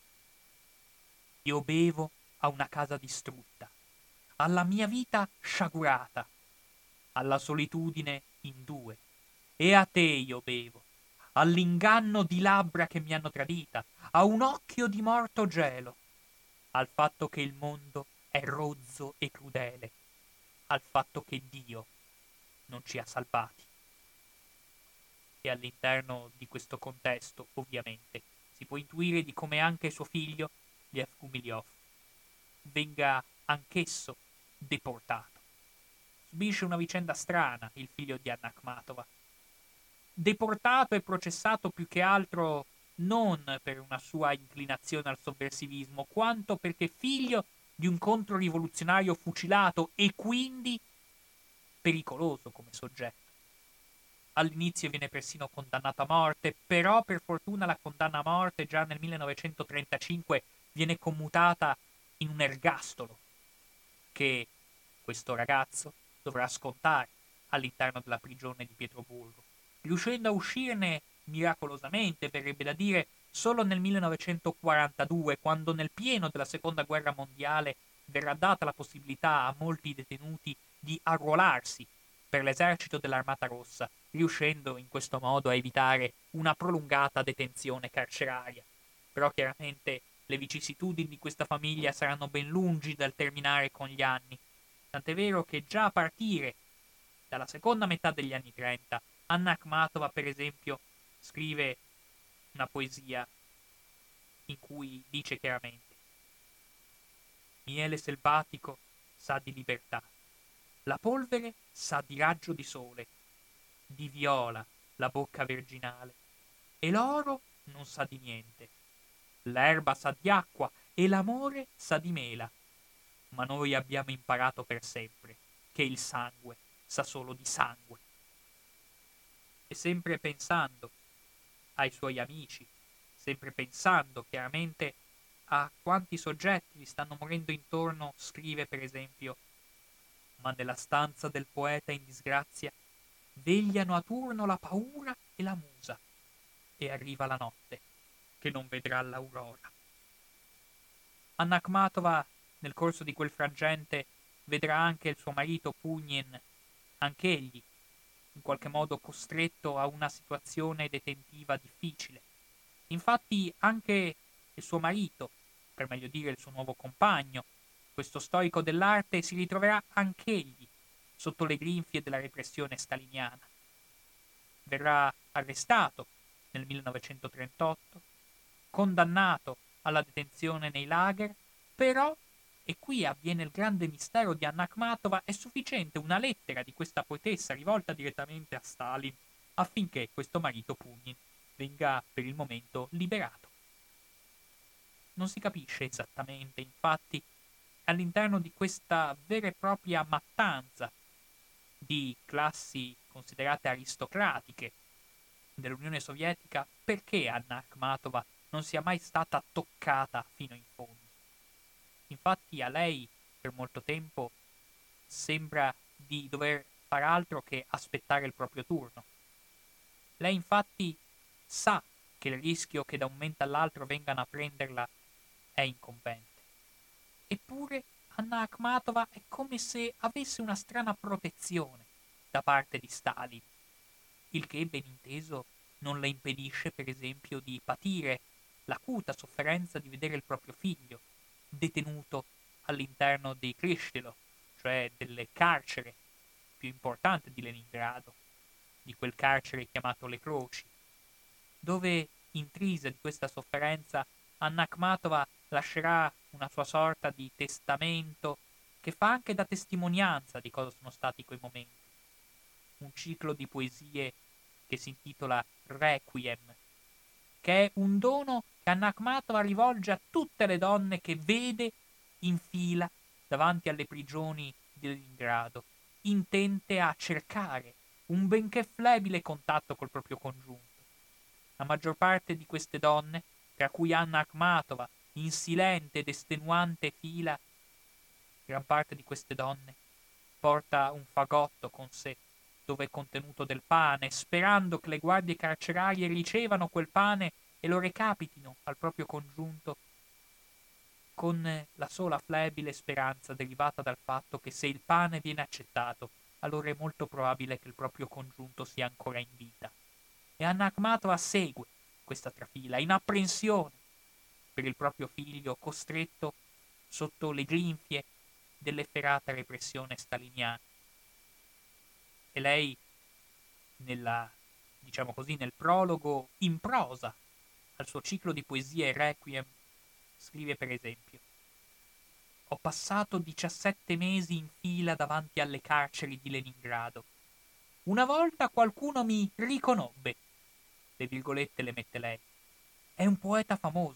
Io bevo a una casa distrutta, alla mia vita sciagurata, alla solitudine in due, e a te io bevo, all'inganno di labbra che mi hanno tradita, a un occhio di morto gelo, al fatto che il mondo è rozzo e crudele, al fatto che Dio non ci ha salvati. E all'interno di questo contesto, ovviamente, si può intuire di come anche suo figlio, Lev Gumilyov, venga anch'esso deportato. Subisce una vicenda strana il figlio di Anna Akhmatova. Deportato e processato più che altro non per una sua inclinazione al sovversivismo, quanto perché figlio di un controrivoluzionario fucilato e quindi pericoloso come soggetto. All'inizio viene persino condannato a morte, però per fortuna la condanna a morte già nel 1935 viene commutata in un ergastolo che questo ragazzo dovrà scontare all'interno della prigione di Pietroburgo, riuscendo a uscirne miracolosamente, verrebbe da dire, solo nel 1942, quando nel pieno della seconda guerra mondiale verrà data la possibilità a molti detenuti di arruolarsi per l'esercito dell'Armata Rossa, riuscendo in questo modo a evitare una prolungata detenzione carceraria. Però chiaramente le vicissitudini di questa famiglia saranno ben lungi dal terminare con gli anni, tant'è vero che già a partire dalla seconda metà degli anni 30, Anna Akhmatova, per esempio, scrive una poesia in cui dice chiaramente: miele selvatico sa di libertà, la polvere sa di raggio di sole, di viola la bocca virginale, e l'oro non sa di niente. L'erba sa di acqua e l'amore sa di mela, ma noi abbiamo imparato per sempre che il sangue sa solo di sangue. E sempre pensando ai suoi amici, sempre pensando chiaramente a quanti soggetti gli stanno morendo intorno, scrive per esempio: ma nella stanza del poeta in disgrazia vegliano a turno la paura e la musa, e arriva la notte che non vedrà l'aurora. Anna Akhmatova, nel corso di quel frangente, vedrà anche il suo marito Pugnin, anch'egli in qualche modo costretto a una situazione detentiva difficile. Infatti anche il suo marito, per meglio dire il suo nuovo compagno, questo storico dell'arte, si ritroverà anch'egli sotto le grinfie della repressione staliniana. Verrà arrestato nel 1938, condannato alla detenzione nei lager, però, e qui avviene il grande mistero di Anna Akhmatova, è sufficiente una lettera di questa poetessa rivolta direttamente a Stalin affinché questo marito Pugnin venga per il momento liberato. Non si capisce esattamente, infatti, all'interno di questa vera e propria mattanza di classi considerate aristocratiche dell'Unione Sovietica, perché Anna Akhmatova non sia mai stata toccata fino in fondo. Infatti a lei per molto tempo sembra di dover far altro che aspettare il proprio turno. Lei infatti sa che il rischio che da un momento all'altro vengano a prenderla è incombente. Eppure Anna Akhmatova è come se avesse una strana protezione da parte di Stalin, il che ben inteso non le impedisce, per esempio, di patire l'acuta sofferenza di vedere il proprio figlio detenuto all'interno dei Krishtilov, cioè delle carcere più importanti di Leningrado, di quel carcere chiamato Le Croci, dove, intrisa di questa sofferenza, Anna Akhmatova lascerà una sua sorta di testamento che fa anche da testimonianza di cosa sono stati quei momenti. Un ciclo di poesie che si intitola Requiem, che è un dono che Anna Akhmatova rivolge a tutte le donne che vede in fila davanti alle prigioni di Leningrado, intente a cercare un benché flebile contatto col proprio congiunto. La maggior parte di queste donne, tra cui Anna Akhmatova, in silente ed estenuante fila, Gran parte di queste donne porta un fagotto con sé, dove è contenuto del pane, sperando che le guardie carcerarie ricevano quel pane e lo recapitino al proprio congiunto, con la sola flebile speranza derivata dal fatto che se il pane viene accettato, allora è molto probabile che il proprio congiunto sia ancora in vita. E Anna Akhmatova segue questa trafila in apprensione per il proprio figlio costretto sotto le grinfie dell'efferata repressione staliniana. E lei, nella, diciamo così, nel prologo in prosa al suo ciclo di poesie Requiem, scrive per esempio: ho passato 17 mesi in fila davanti alle carceri di Leningrado. Una volta qualcuno mi riconobbe. Le virgolette le mette lei. È un poeta famoso.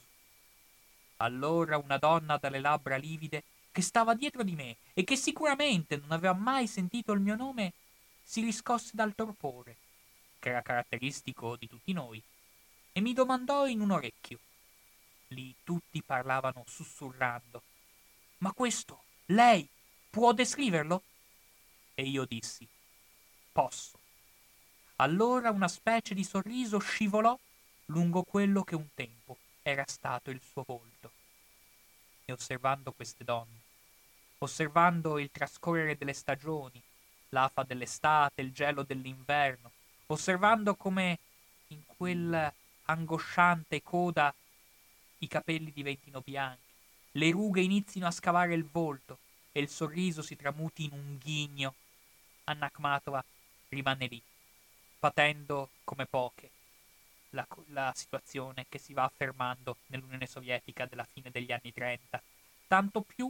Allora una donna dalle labbra livide, che stava dietro di me e che sicuramente non aveva mai sentito il mio nome, si riscosse dal torpore, che era caratteristico di tutti noi, e mi domandò in un orecchio. Lì tutti parlavano sussurrando. Ma questo, lei, può descriverlo? E io dissi, posso. Allora una specie di sorriso scivolò lungo quello che un tempo era stato il suo volto. E osservando queste donne, osservando il trascorrere delle stagioni, l'afa dell'estate, il gelo dell'inverno, osservando come in quella angosciante coda i capelli diventino bianchi, le rughe inizino a scavare il volto e il sorriso si tramuti in un ghigno, Anna Akhmatova rimane lì, patendo come poche la situazione che si va affermando nell'Unione Sovietica della fine degli anni 30, tanto più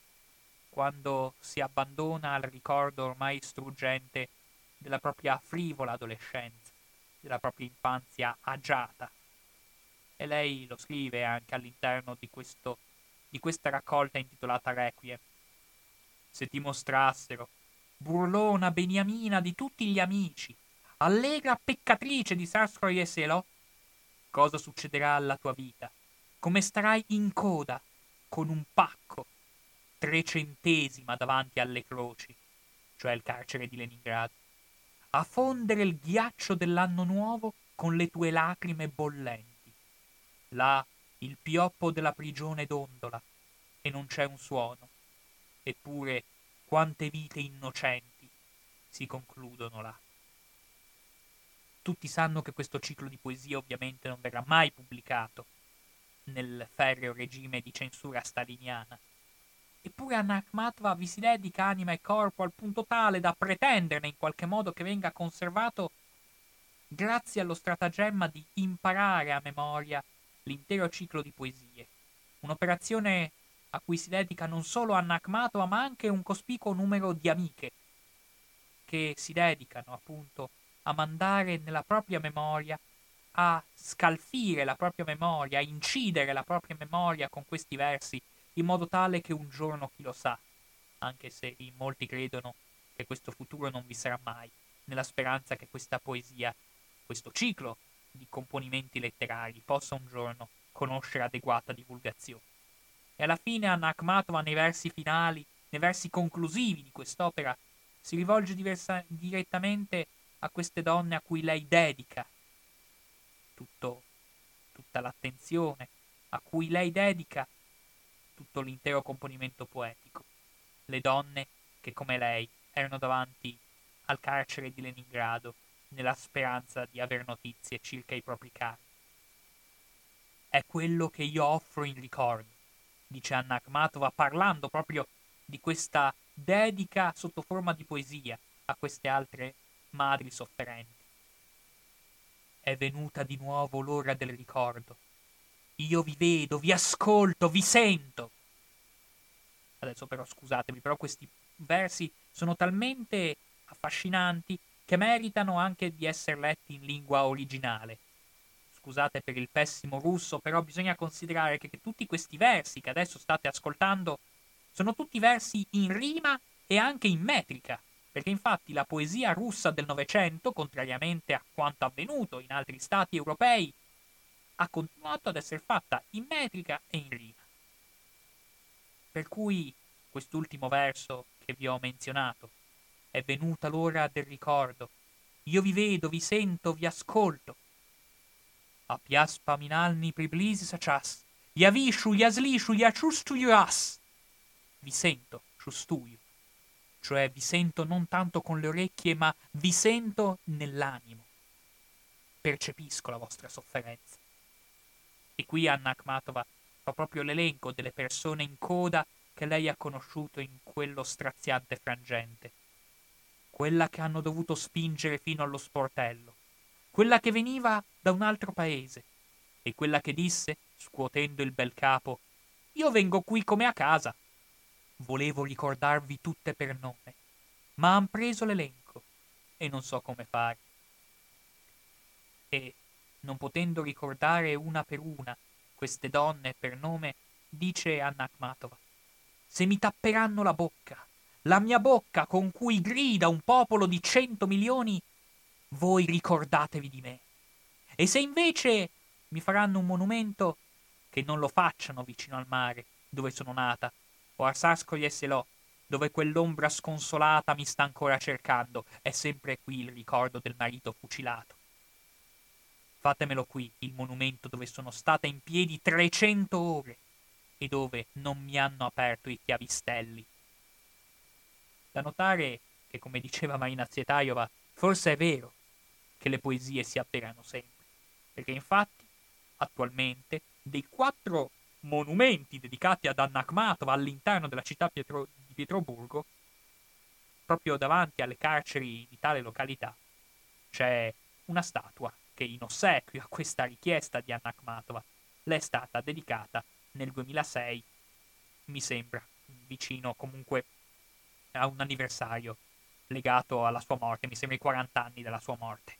quando si abbandona al ricordo ormai struggente della propria frivola adolescenza, della propria infanzia agiata. E lei lo scrive anche all'interno di questa raccolta intitolata Requiem. Se ti mostrassero, burlona beniamina di tutti gli amici, allegra peccatrice di Sarskoye Selo, cosa succederà alla tua vita? Come starai in coda, con un pacco, 3 centesima davanti alle croci, cioè il carcere di Leningrado, a fondere il ghiaccio dell'anno nuovo con le tue lacrime bollenti. Là il pioppo della prigione dondola e non c'è un suono. Eppure quante vite innocenti si concludono là. Tutti sanno che questo ciclo di poesie ovviamente non verrà mai pubblicato nel ferreo regime di censura staliniana. Eppure Anna Akhmatova vi si dedica anima e corpo al punto tale da pretenderne in qualche modo che venga conservato grazie allo stratagemma di imparare a memoria l'intero ciclo di poesie. Un'operazione a cui si dedica non solo Anna Akhmatova ma anche un cospicuo numero di amiche che si dedicano appunto a mandare nella propria memoria, a scalfire la propria memoria, a incidere la propria memoria con questi versi, in modo tale che un giorno, chi lo sa, anche se in molti credono che questo futuro non vi sarà mai, nella speranza che questa poesia, questo ciclo di componimenti letterari possa un giorno conoscere adeguata divulgazione. E alla fine Anna Akhmatova nei versi finali, nei versi conclusivi di quest'opera, si rivolge direttamente a queste donne a cui lei dedica tutto, tutta l'attenzione, a cui lei dedica tutto l'intero componimento poetico. Le donne che, come lei, erano davanti al carcere di Leningrado nella speranza di aver notizie circa i propri cari. È quello che io offro in ricordo, dice Anna Akhmatova, parlando proprio di questa dedica sotto forma di poesia a queste altre madri sofferenti. È venuta di nuovo l'ora del ricordo. Io vi vedo, vi ascolto, vi sento. Adesso però scusatemi, però questi versi sono talmente affascinanti che meritano anche di essere letti in lingua originale. Scusate per il pessimo russo, però bisogna considerare che tutti questi versi che adesso state ascoltando sono tutti versi in rima e anche in metrica, perché infatti la poesia russa del Novecento, contrariamente a quanto avvenuto in altri stati europei, ha continuato ad essere fatta in metrica e in rima. Per cui quest'ultimo verso che vi ho menzionato. È venuta l'ora del ricordo. Io vi vedo, vi sento, vi ascolto. A pias paminalni priblisi sačas. Ja vishu, ja slishu, ja čustuju jas. Vi sento, čustuju. Cioè vi sento non tanto con le orecchie, ma vi sento nell'animo. Percepisco la vostra sofferenza. E qui Anna Akhmatova fa proprio l'elenco delle persone in coda che lei ha conosciuto in quello straziante frangente. Quella che hanno dovuto spingere fino allo sportello, quella che veniva da un altro paese e quella che disse, scuotendo il bel capo, io vengo qui come a casa. Volevo ricordarvi tutte per nome, ma han preso l'elenco e non so come fare. E, non potendo ricordare una per una queste donne per nome, dice Anna Akhmatova, se mi tapperanno la mia bocca con cui grida un popolo di 100 milioni, voi ricordatevi di me. E se invece mi faranno un monumento, che non lo facciano vicino al mare, dove sono nata, o a Sarskoje e Selò, dove quell'ombra sconsolata mi sta ancora cercando, è sempre qui il ricordo del marito fucilato. Fatemelo qui, il monumento dove sono stata in piedi 300 ore e dove non mi hanno aperto i chiavistelli. Da notare che, come diceva Marina Tsvetajova, forse è vero che le poesie si avverano sempre, perché infatti, attualmente, dei 4 monumenti dedicati ad Anna Akhmatova all'interno della città di Pietroburgo, proprio davanti alle carceri di tale località, c'è una statua che in ossequio a questa richiesta di Anna Akhmatova le è stata dedicata nel 2006, mi sembra, vicino comunque a un anniversario legato alla sua morte, mi sembra i 40 anni della sua morte.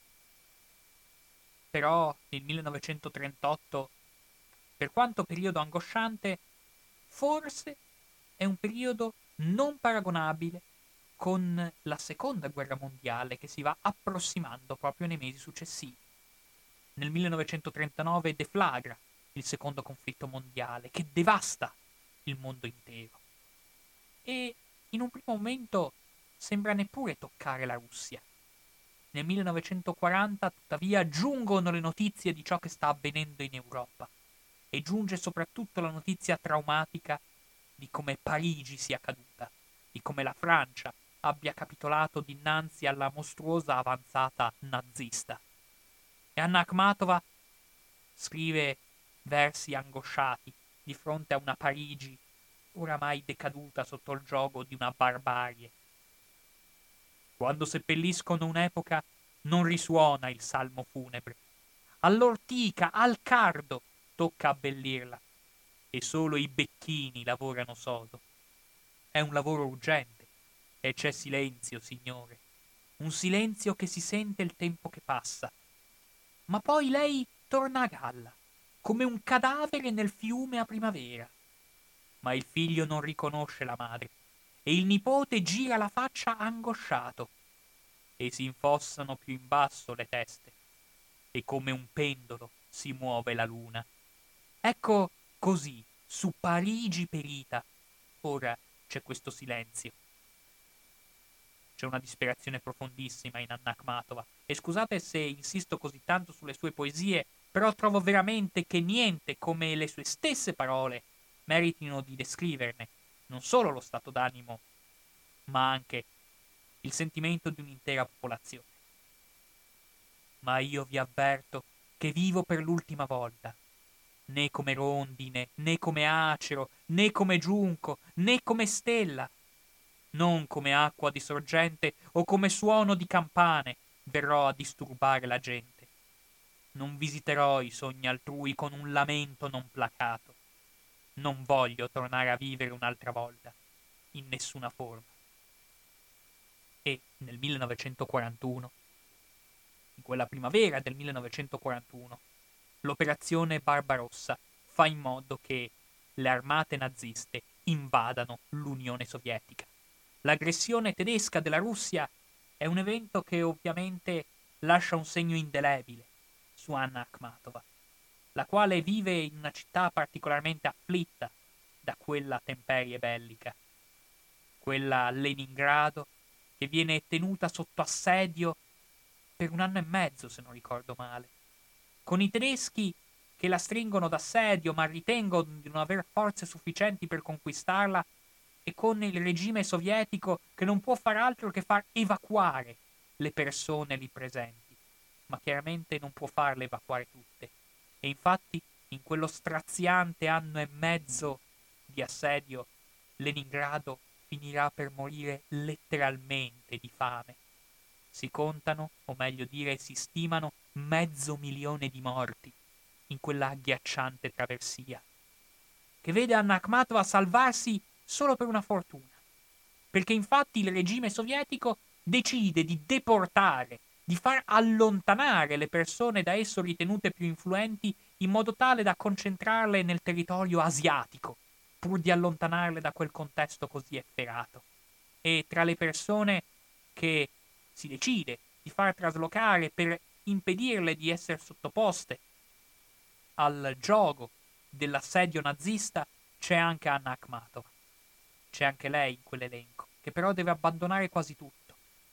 Però il 1938, per quanto periodo angosciante, forse è un periodo non paragonabile con la seconda guerra mondiale che si va approssimando proprio nei mesi successivi. Nel 1939 deflagra il secondo conflitto mondiale che devasta il mondo intero. E in un primo momento sembra neppure toccare la Russia. Nel 1940, tuttavia, giungono le notizie di ciò che sta avvenendo in Europa e giunge soprattutto la notizia traumatica di come Parigi sia caduta, di come la Francia abbia capitolato dinanzi alla mostruosa avanzata nazista. E Anna Akhmatova scrive versi angosciati di fronte a una Parigi oramai decaduta sotto il giogo di una barbarie. Quando seppelliscono un'epoca non risuona il salmo funebre. All'ortica, al cardo, tocca abbellirla. E solo i becchini lavorano sodo. È un lavoro urgente. E c'è silenzio, signore. Un silenzio che si sente il tempo che passa. Ma poi lei torna a galla, come un cadavere nel fiume a primavera. Ma il figlio non riconosce la madre e il nipote gira la faccia angosciato e si infossano più in basso le teste e come un pendolo si muove la luna. Ecco così, su Parigi perita, ora c'è questo silenzio. C'è una disperazione profondissima in Anna Akhmatova e scusate se insisto così tanto sulle sue poesie, però trovo veramente che niente come le sue stesse parole meritino di descriverne non solo lo stato d'animo, ma anche il sentimento di un'intera popolazione. Ma io vi avverto che vivo per l'ultima volta, né come rondine, né come acero, né come giunco, né come stella, non come acqua di sorgente o come suono di campane verrò a disturbare la gente. Non visiterò i sogni altrui con un lamento non placato. Non voglio tornare a vivere un'altra volta, in nessuna forma. E nel 1941, in quella primavera del 1941, l'operazione Barbarossa fa in modo che le armate naziste invadano l'Unione Sovietica. L'aggressione tedesca della Russia è un evento che ovviamente lascia un segno indelebile su Anna Akhmatova, la quale vive in una città particolarmente afflitta da quella temperie bellica. quella a Leningrado, che viene tenuta sotto assedio per 1 anno e mezzo, se non ricordo male, con i tedeschi che la stringono d'assedio, ma ritengono di non aver forze sufficienti per conquistarla, e con il regime sovietico che non può far altro che far evacuare le persone lì presenti, ma chiaramente non può farle evacuare tutte. E infatti, in quello straziante 1 anno e mezzo di assedio, Leningrado finirà per morire letteralmente di fame. Si contano, o meglio dire, si stimano 500.000 di morti in quella agghiacciante traversia, che vede Anna Akhmatova salvarsi solo per una fortuna, perché infatti il regime sovietico decide di deportare, di far allontanare le persone da esso ritenute più influenti in modo tale da concentrarle nel territorio asiatico, pur di allontanarle da quel contesto così efferato. E tra le persone che si decide di far traslocare per impedirle di essere sottoposte al giogo dell'assedio nazista c'è anche Anna Akhmatova. C'è anche lei in quell'elenco, che però deve abbandonare quasi tutto.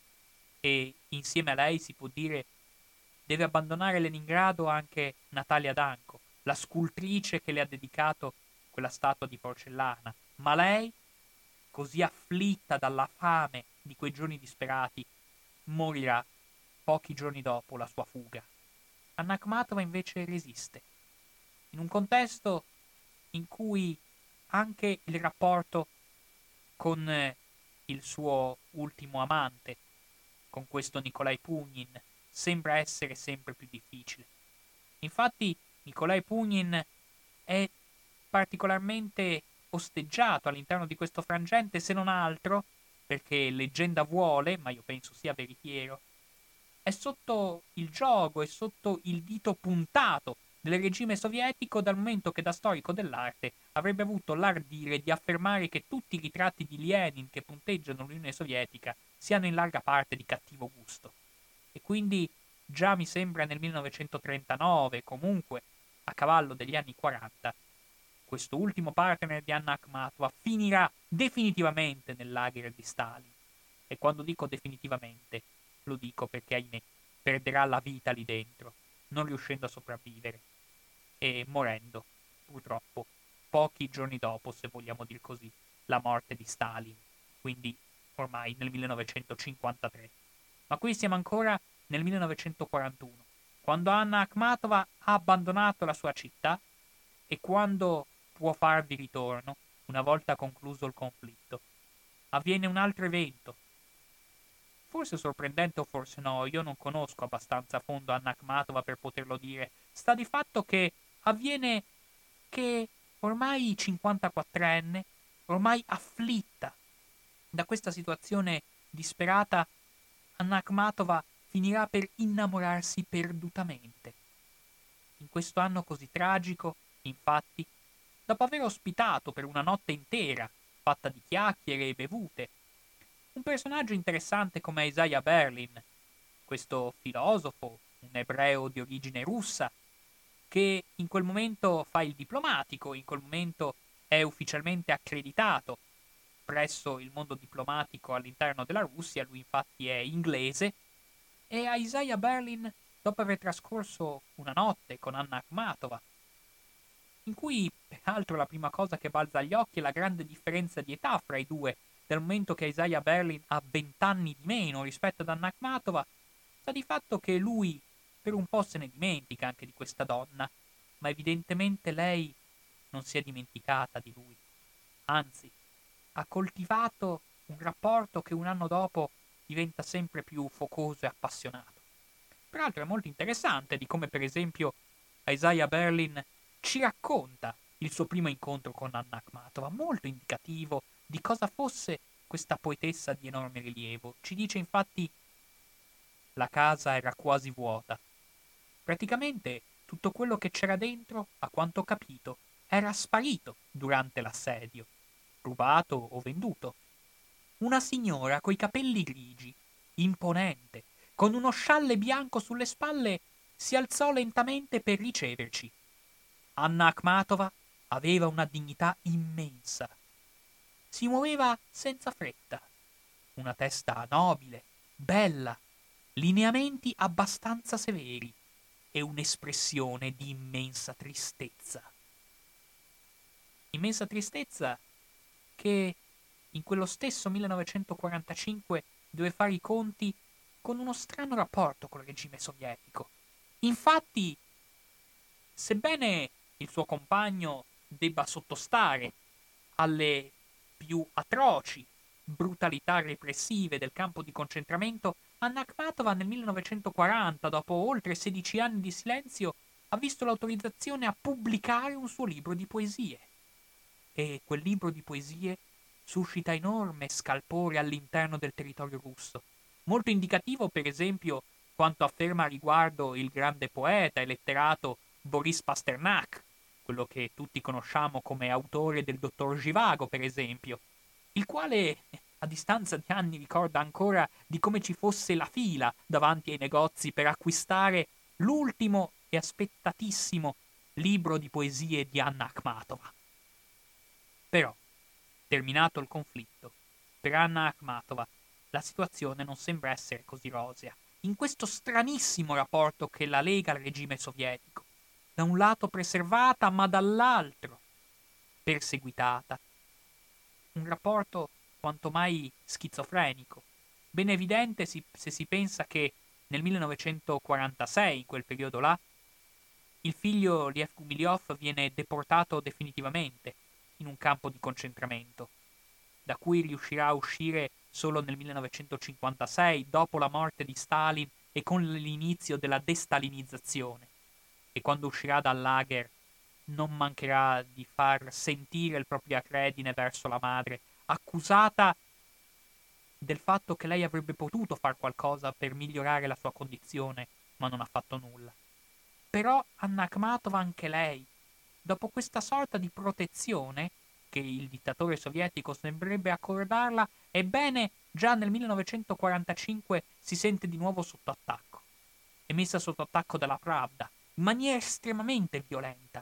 E insieme a lei si può dire deve abbandonare Leningrado anche Natalia Danko, la scultrice che le ha dedicato quella statua di porcellana. Ma lei, così afflitta dalla fame di quei giorni disperati, morirà pochi giorni dopo la sua fuga. Anna Akhmatova invece resiste, in un contesto in cui anche il rapporto con il suo ultimo amante, con questo Nikolai Pugnin, sembra essere sempre più difficile. Infatti Nikolai Pugnin è particolarmente osteggiato all'interno di questo frangente, se non altro, perché leggenda vuole, ma io penso sia veritiero, è sotto il gioco, è sotto il dito puntato del regime sovietico, dal momento che da storico dell'arte avrebbe avuto l'ardire di affermare che tutti i ritratti di Lenin che punteggiano l'Unione Sovietica siano in larga parte di cattivo gusto. E quindi già mi sembra nel 1939, comunque a cavallo degli anni 40, questo ultimo partner di Anna Akhmatova finirà definitivamente nel lager di Stalin. E quando dico definitivamente, lo dico perché, ahimè, perderà la vita lì dentro, non riuscendo a sopravvivere e morendo, purtroppo, pochi giorni dopo, se vogliamo dir così, la morte di Stalin, quindi ormai nel 1953. Ma qui siamo ancora nel 1941, quando Anna Akhmatova ha abbandonato la sua città e quando può farvi ritorno, una volta concluso il conflitto. Avviene un altro evento, forse sorprendente o forse no, io non conosco abbastanza a fondo Anna Akhmatova per poterlo dire. Sta di fatto che avviene che ormai 54enne, ormai afflitta da questa situazione disperata, Anna Akhmatova finirà per innamorarsi perdutamente. In questo anno così tragico, infatti, dopo aver ospitato per una notte intera, fatta di chiacchiere e bevute, un personaggio interessante come Isaiah Berlin, questo filosofo, un ebreo di origine russa, che in quel momento fa il diplomatico, in quel momento è ufficialmente accreditato presso il mondo diplomatico all'interno della Russia, lui infatti è inglese, e a Isaiah Berlin, dopo aver trascorso una notte con Anna Akhmatova, in cui peraltro la prima cosa che balza agli occhi è la grande differenza di età fra i due, dal momento che Isaiah Berlin ha 20 anni di meno rispetto ad Anna Akhmatova, sta di fatto che lui per un po' se ne dimentica anche di questa donna, ma evidentemente lei non si è dimenticata di lui. Anzi, ha coltivato un rapporto che 1 anno dopo diventa sempre più focoso e appassionato. Peraltro è molto interessante di come, per esempio, Isaiah Berlin ci racconta il suo primo incontro con Anna Akhmatova, molto indicativo di cosa fosse questa poetessa di enorme rilievo. Ci dice infatti la casa era quasi vuota. Praticamente tutto quello che c'era dentro, a quanto ho capito, era sparito durante l'assedio, rubato o venduto. Una signora coi capelli grigi, imponente, con uno scialle bianco sulle spalle, si alzò lentamente per riceverci. Anna Akhmatova aveva una dignità immensa. si muoveva senza fretta. Una testa nobile, bella, lineamenti abbastanza severi e un'espressione di immensa tristezza. Immensa tristezza che in quello stesso 1945 deve fare i conti con uno strano rapporto col regime sovietico. Infatti, sebbene il suo compagno debba sottostare alle più atroci brutalità repressive del campo di concentramento, Anna Akhmatova nel 1940, dopo oltre 16 anni di silenzio, ha visto l'autorizzazione a pubblicare un suo libro di poesie. E quel libro di poesie suscita enorme scalpore all'interno del territorio russo. Molto indicativo, per esempio, quanto afferma a riguardo il grande poeta e letterato Boris Pasternak, quello che tutti conosciamo come autore del Dottor Zhivago, per esempio, il quale a distanza di anni ricorda ancora di come ci fosse la fila davanti ai negozi per acquistare l'ultimo e aspettatissimo libro di poesie di Anna Akhmatova. Però, terminato il conflitto, per Anna Akhmatova la situazione non sembra essere così rosea. In questo stranissimo rapporto che la lega al regime sovietico, da un lato preservata, ma dall'altro perseguitata. Un rapporto quanto mai schizofrenico. Ben evidente se si pensa che nel 1946, in quel periodo là, il figlio Liev Gumilyov viene deportato definitivamente in un campo di concentramento, da cui riuscirà a uscire solo nel 1956, dopo la morte di Stalin e con l'inizio della destalinizzazione. E quando uscirà dal lager non mancherà di far sentire il proprio acredine verso la madre, accusata del fatto che lei avrebbe potuto far qualcosa per migliorare la sua condizione, ma non ha fatto nulla. Però Anna Akhmatova anche lei, dopo questa sorta di protezione che il dittatore sovietico sembrerebbe accordarla, ebbene già nel 1945 si sente di nuovo sotto attacco. È messa sotto attacco dalla Pravda, in maniera estremamente violenta.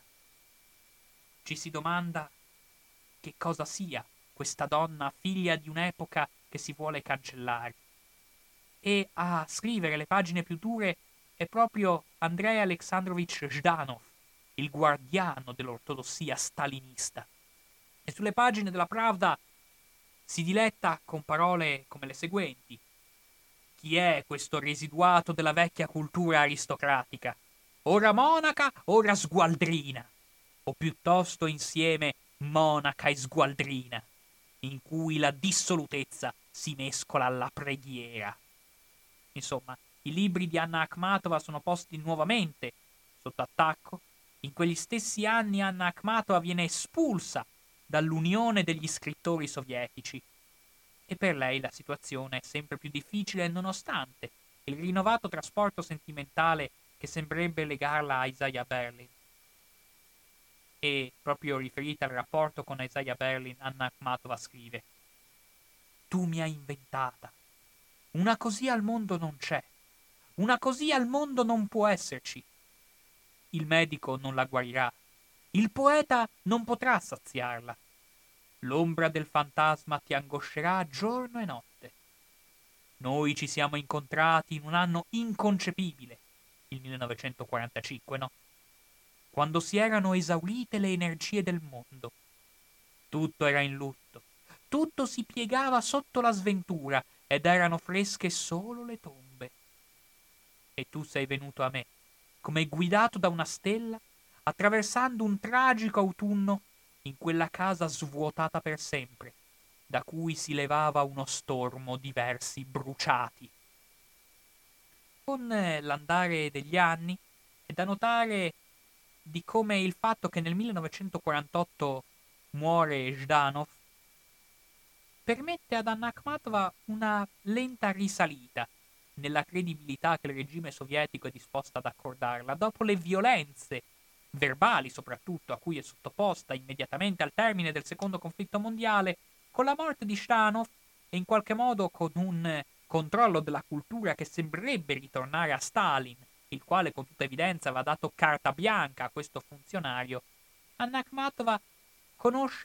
Ci si domanda che cosa sia questa donna figlia di un'epoca che si vuole cancellare. E a scrivere le pagine più dure è proprio Andrei Alexandrovich Zhdanov, il guardiano dell'ortodossia stalinista. E sulle pagine della Pravda si diletta con parole come le seguenti. Chi è questo residuato della vecchia cultura aristocratica? Ora monaca, ora sgualdrina, o piuttosto insieme monaca e sgualdrina, in cui la dissolutezza si mescola alla preghiera. Insomma, i libri di Anna Akhmatova sono posti nuovamente sotto attacco. In quegli stessi anni Anna Akhmatova viene espulsa dall'Unione degli scrittori sovietici. E per lei la situazione è sempre più difficile nonostante il rinnovato trasporto sentimentale che sembrerebbe legarla a Isaiah Berlin. E proprio riferita al rapporto con Isaiah Berlin, Anna Akhmatova scrive: Tu mi hai inventata. Una così al mondo non c'è. Una così al mondo non può esserci. Il medico non la guarirà. Il poeta non potrà saziarla. L'ombra del fantasma ti angoscerà giorno e notte. Noi ci siamo incontrati in un anno inconcepibile, il 1945, no? Quando si erano esaurite le energie del mondo. Tutto era in lutto. Tutto si piegava sotto la sventura ed erano fresche solo le tombe. E tu sei venuto a me, come guidato da una stella, attraversando un tragico autunno in quella casa svuotata per sempre, da cui si levava uno stormo di versi bruciati. Con l'andare degli anni è da notare di come il fatto che nel 1948 muore Zhdanov permette ad Anna Akhmatova una lenta risalita nella credibilità che il regime sovietico è disposto ad accordarla, dopo le violenze verbali soprattutto a cui è sottoposta immediatamente al termine del secondo conflitto mondiale, con la morte di Zhdanov e in qualche modo con un controllo della cultura che sembrerebbe ritornare a Stalin, il quale con tutta evidenza aveva dato carta bianca a questo funzionario, Anna Akhmatova conosce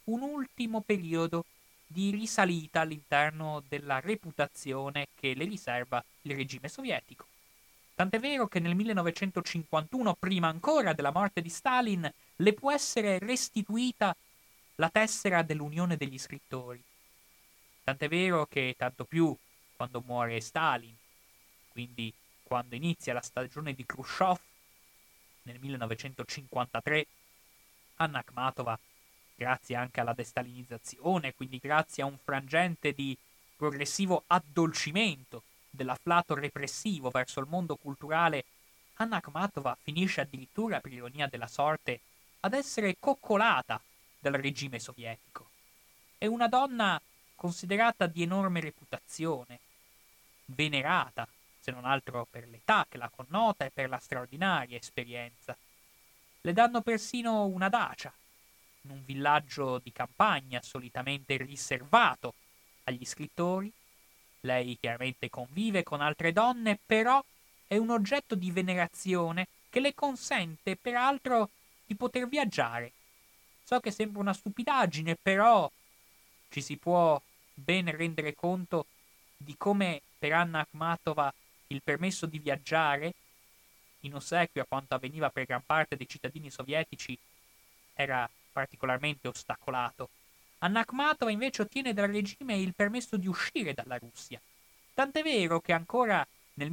un ultimo periodo di risalita all'interno della reputazione che le riserva il regime sovietico. Tant'è vero che nel 1951, prima ancora della morte di Stalin, le può essere restituita la tessera dell'Unione degli Scrittori. Tant'è vero che tanto più quando muore Stalin, quindi quando inizia la stagione di Khrushchev nel 1953, Anna Akhmatova, grazie anche alla destalinizzazione, quindi grazie a un frangente di progressivo addolcimento dell'afflato repressivo verso il mondo culturale, Anna Akhmatova finisce addirittura, per ironia della sorte, ad essere coccolata dal regime sovietico. È una donna considerata di enorme reputazione, venerata, se non altro per l'età che la connota e per la straordinaria esperienza. Le danno persino una dacia, in un villaggio di campagna solitamente riservato agli scrittori. Lei chiaramente convive con altre donne, però è un oggetto di venerazione che le consente, peraltro, di poter viaggiare. So che sembra una stupidaggine, però ci si può ben rendere conto di come per Anna Akhmatova il permesso di viaggiare, in ossequio a quanto avveniva per gran parte dei cittadini sovietici, era particolarmente ostacolato. Anna Akhmatova invece ottiene dal regime il permesso di uscire dalla Russia. Tant'è vero che ancora nel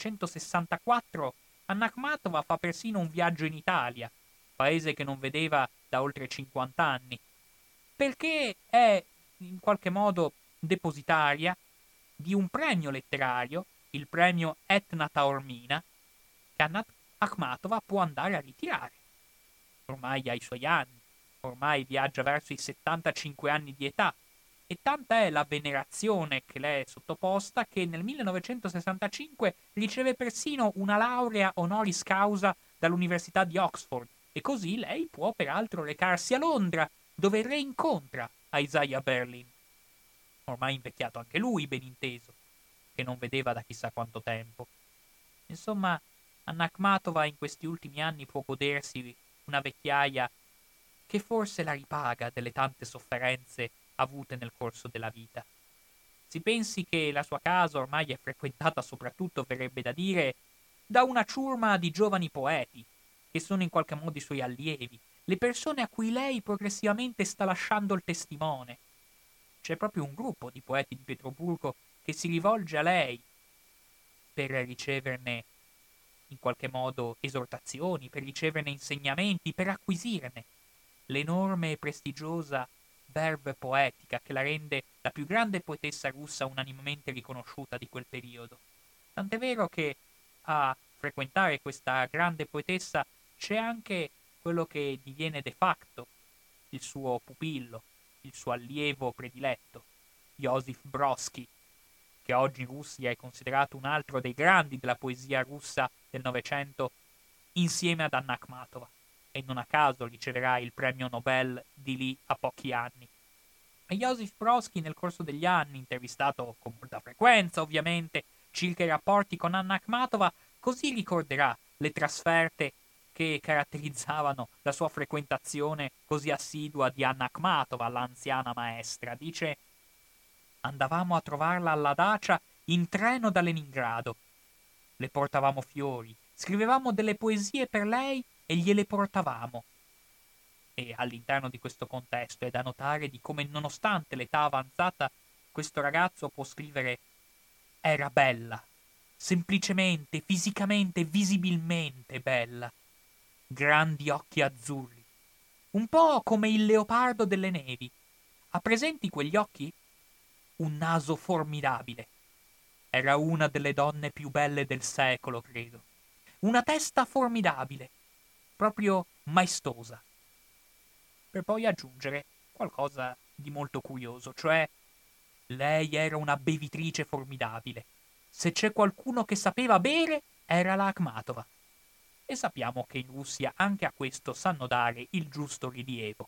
1964 Anna Akhmatova fa persino un viaggio in Italia, paese che non vedeva da oltre 50 anni, perché è in qualche modo depositaria di un premio letterario, il premio Etna Taormina, che Anna Akhmatova può andare a ritirare. Ormai ha i suoi anni, ormai viaggia verso i 75 anni di età, e tanta è la venerazione che le è sottoposta che nel 1965 riceve persino una laurea honoris causa dall'Università di Oxford, e così lei può peraltro recarsi a Londra, dove reincontra Isaiah Berlin, ormai invecchiato anche lui, ben inteso, che non vedeva da chissà quanto tempo. Insomma, Anna Akhmatova in questi ultimi anni può godersi una vecchiaia che forse la ripaga delle tante sofferenze avute nel corso della vita. Si pensi che la sua casa ormai è frequentata soprattutto, verrebbe da dire, da una ciurma di giovani poeti, che sono in qualche modo i suoi allievi, le persone a cui lei progressivamente sta lasciando il testimone. C'è proprio un gruppo di poeti di Pietroburgo che si rivolge a lei per riceverne in qualche modo esortazioni, per riceverne insegnamenti, per acquisirne l'enorme e prestigiosa verve poetica che la rende la più grande poetessa russa unanimemente riconosciuta di quel periodo. Tant'è vero che a frequentare questa grande poetessa c'è anche quello che diviene de facto il suo pupillo, il suo allievo prediletto, Josif Brodsky, che oggi in Russia è considerato un altro dei grandi della poesia russa del Novecento, insieme ad Anna Akhmatova, e non a caso riceverà il premio Nobel di lì a pochi anni. E Josif Brodsky nel corso degli anni, intervistato con molta frequenza ovviamente, circa i rapporti con Anna Akhmatova, così ricorderà le trasferte che caratterizzavano la sua frequentazione così assidua di Anna Akhmatova, l'anziana maestra. Dice: andavamo a trovarla alla dacia in treno da Leningrado. Le portavamo fiori, scrivevamo delle poesie per lei e gliele portavamo. E all'interno di questo contesto è da notare di come, nonostante l'età avanzata, questo ragazzo può scrivere: era bella, semplicemente, fisicamente, visibilmente bella. Grandi occhi azzurri, un po' come il leopardo delle nevi. Ha presenti quegli occhi? Un naso formidabile. Era una delle donne più belle del secolo, credo. Una testa formidabile, proprio maestosa. Per poi aggiungere qualcosa di molto curioso, cioè lei era una bevitrice formidabile. Se c'è qualcuno che sapeva bere, era la Akhmatova. E sappiamo che in Russia anche a questo sanno dare il giusto rilievo.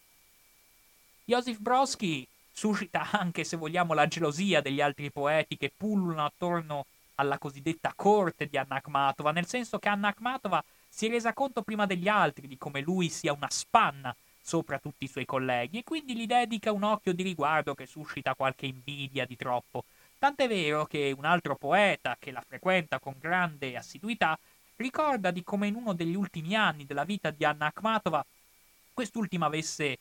Josif Brodsky suscita anche, se vogliamo, la gelosia degli altri poeti che pullulano attorno alla cosiddetta corte di Anna Akhmatova, nel senso che Anna Akhmatova si è resa conto prima degli altri di come lui sia una spanna sopra tutti i suoi colleghi e quindi gli dedica un occhio di riguardo che suscita qualche invidia di troppo. Tant'è vero che un altro poeta che la frequenta con grande assiduità ricorda di come in uno degli ultimi anni della vita di Anna Akhmatova quest'ultima avesse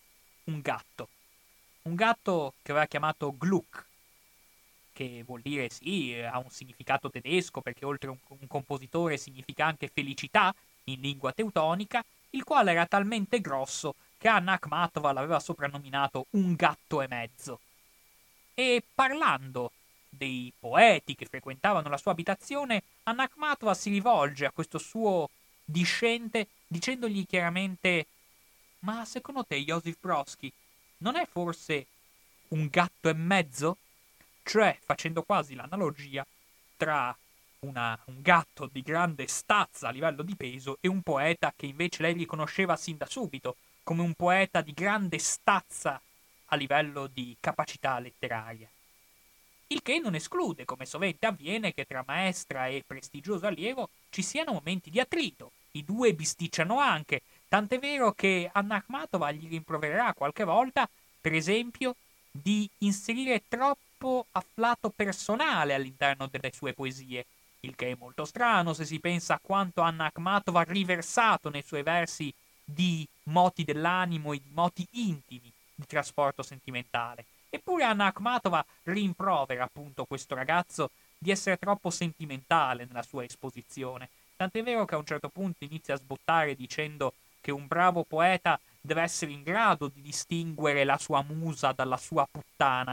un gatto che aveva chiamato Gluck, che vuol dire sì, ha un significato tedesco perché oltre a un compositore significa anche felicità in lingua teutonica, il quale era talmente grosso che Anna Akhmatova l'aveva soprannominato un gatto e mezzo. E parlando dei poeti che frequentavano la sua abitazione, Anna Akhmatova si rivolge a questo suo discente dicendogli chiaramente: ma secondo te Josip Brodsky non è forse un gatto e mezzo? Cioè, facendo quasi l'analogia tra un gatto di grande stazza a livello di peso e un poeta che invece lei riconosceva sin da subito come un poeta di grande stazza a livello di capacità letteraria. Il che non esclude, come sovente avviene, che tra maestra e prestigioso allievo ci siano momenti di attrito. I due bisticciano anche, tant'è vero che Anna Akhmatova gli rimprovererà qualche volta, per esempio, di inserire troppo afflato personale all'interno delle sue poesie, il che è molto strano se si pensa a quanto Anna Akhmatova ha riversato nei suoi versi di moti dell'animo e di moti intimi di trasporto sentimentale. Eppure Anna Akhmatova rimprovera appunto questo ragazzo di essere troppo sentimentale nella sua esposizione. Tant'è vero che a un certo punto inizia a sbottare dicendo che un bravo poeta deve essere in grado di distinguere la sua musa dalla sua puttana.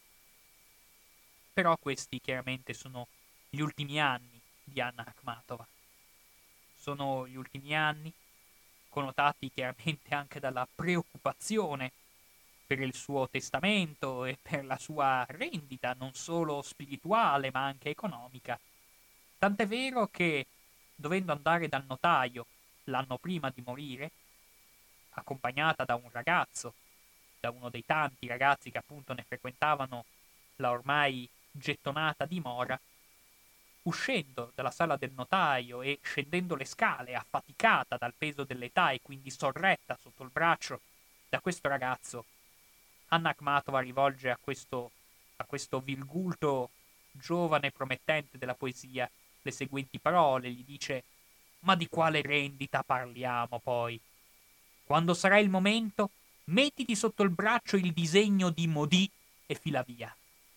Però questi chiaramente sono gli ultimi anni di Anna Akhmatova. Sono gli ultimi anni, connotati chiaramente anche dalla preoccupazione per il suo testamento e per la sua rendita non solo spirituale ma anche economica. Tant'è vero che, dovendo andare dal notaio l'anno prima di morire, accompagnata da un ragazzo, da uno dei tanti ragazzi che appunto ne frequentavano la ormai gettonata dimora, uscendo dalla sala del notaio e scendendo le scale, affaticata dal peso dell'età e quindi sorretta sotto il braccio da questo ragazzo, Anna Akhmatova rivolge a questo virgulto giovane e promettente della poesia le seguenti parole, gli dice: ma di quale rendita parliamo poi? Quando sarà il momento, mettiti sotto il braccio il disegno di Modì e fila via.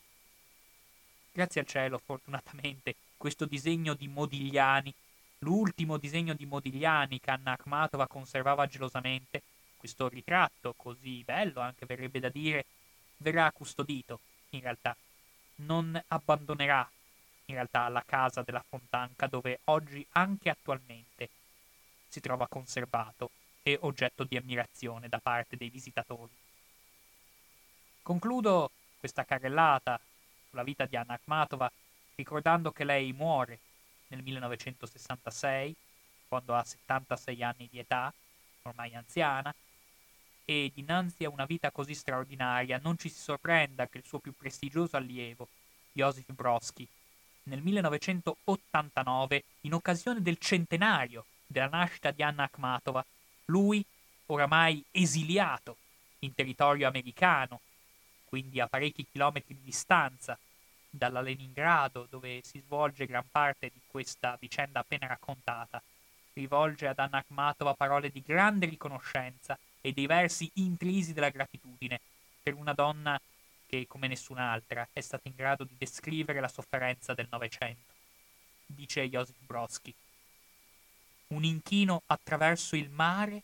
Grazie al cielo, fortunatamente, questo disegno di Modigliani, l'ultimo disegno di Modigliani che Anna Akhmatova conservava gelosamente, questo ritratto così bello, anche verrebbe da dire, verrà custodito, in realtà. Non abbandonerà, in realtà, la casa della Fontanca dove oggi, anche attualmente, si trova conservato e oggetto di ammirazione da parte dei visitatori. Concludo questa carrellata sulla vita di Anna Akhmatova ricordando che lei muore nel 1966, quando ha 76 anni di età, ormai anziana, e dinanzi a una vita così straordinaria non ci si sorprenda che il suo più prestigioso allievo, Josip Brodsky, nel 1989, in occasione del centenario della nascita di Anna Akhmatova, lui, oramai esiliato in territorio americano, quindi a parecchi chilometri di distanza dalla Leningrado, dove si svolge gran parte di questa vicenda appena raccontata, rivolge ad Anna Akhmatova parole di grande riconoscenza e dei versi intrisi della gratitudine per una donna che, come nessun'altra, è stata in grado di descrivere la sofferenza del Novecento. Dice Josip Brodsky: un inchino attraverso il mare,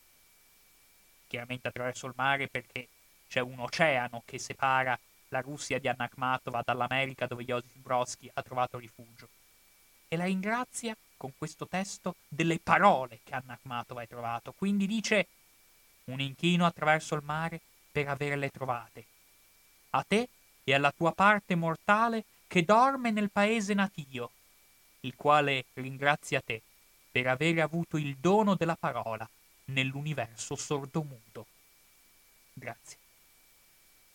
chiaramente attraverso il mare perché c'è un oceano che separa la Russia di Anna Akhmatova dall'America dove Josip Brodsky ha trovato rifugio. E la ringrazia con questo testo delle parole che Anna Akhmatova ha trovato. Quindi dice: un inchino attraverso il mare per averle trovate. A te e alla tua parte mortale che dorme nel paese natio, il quale ringrazia te per avere avuto il dono della parola nell'universo sordomuto. Grazie.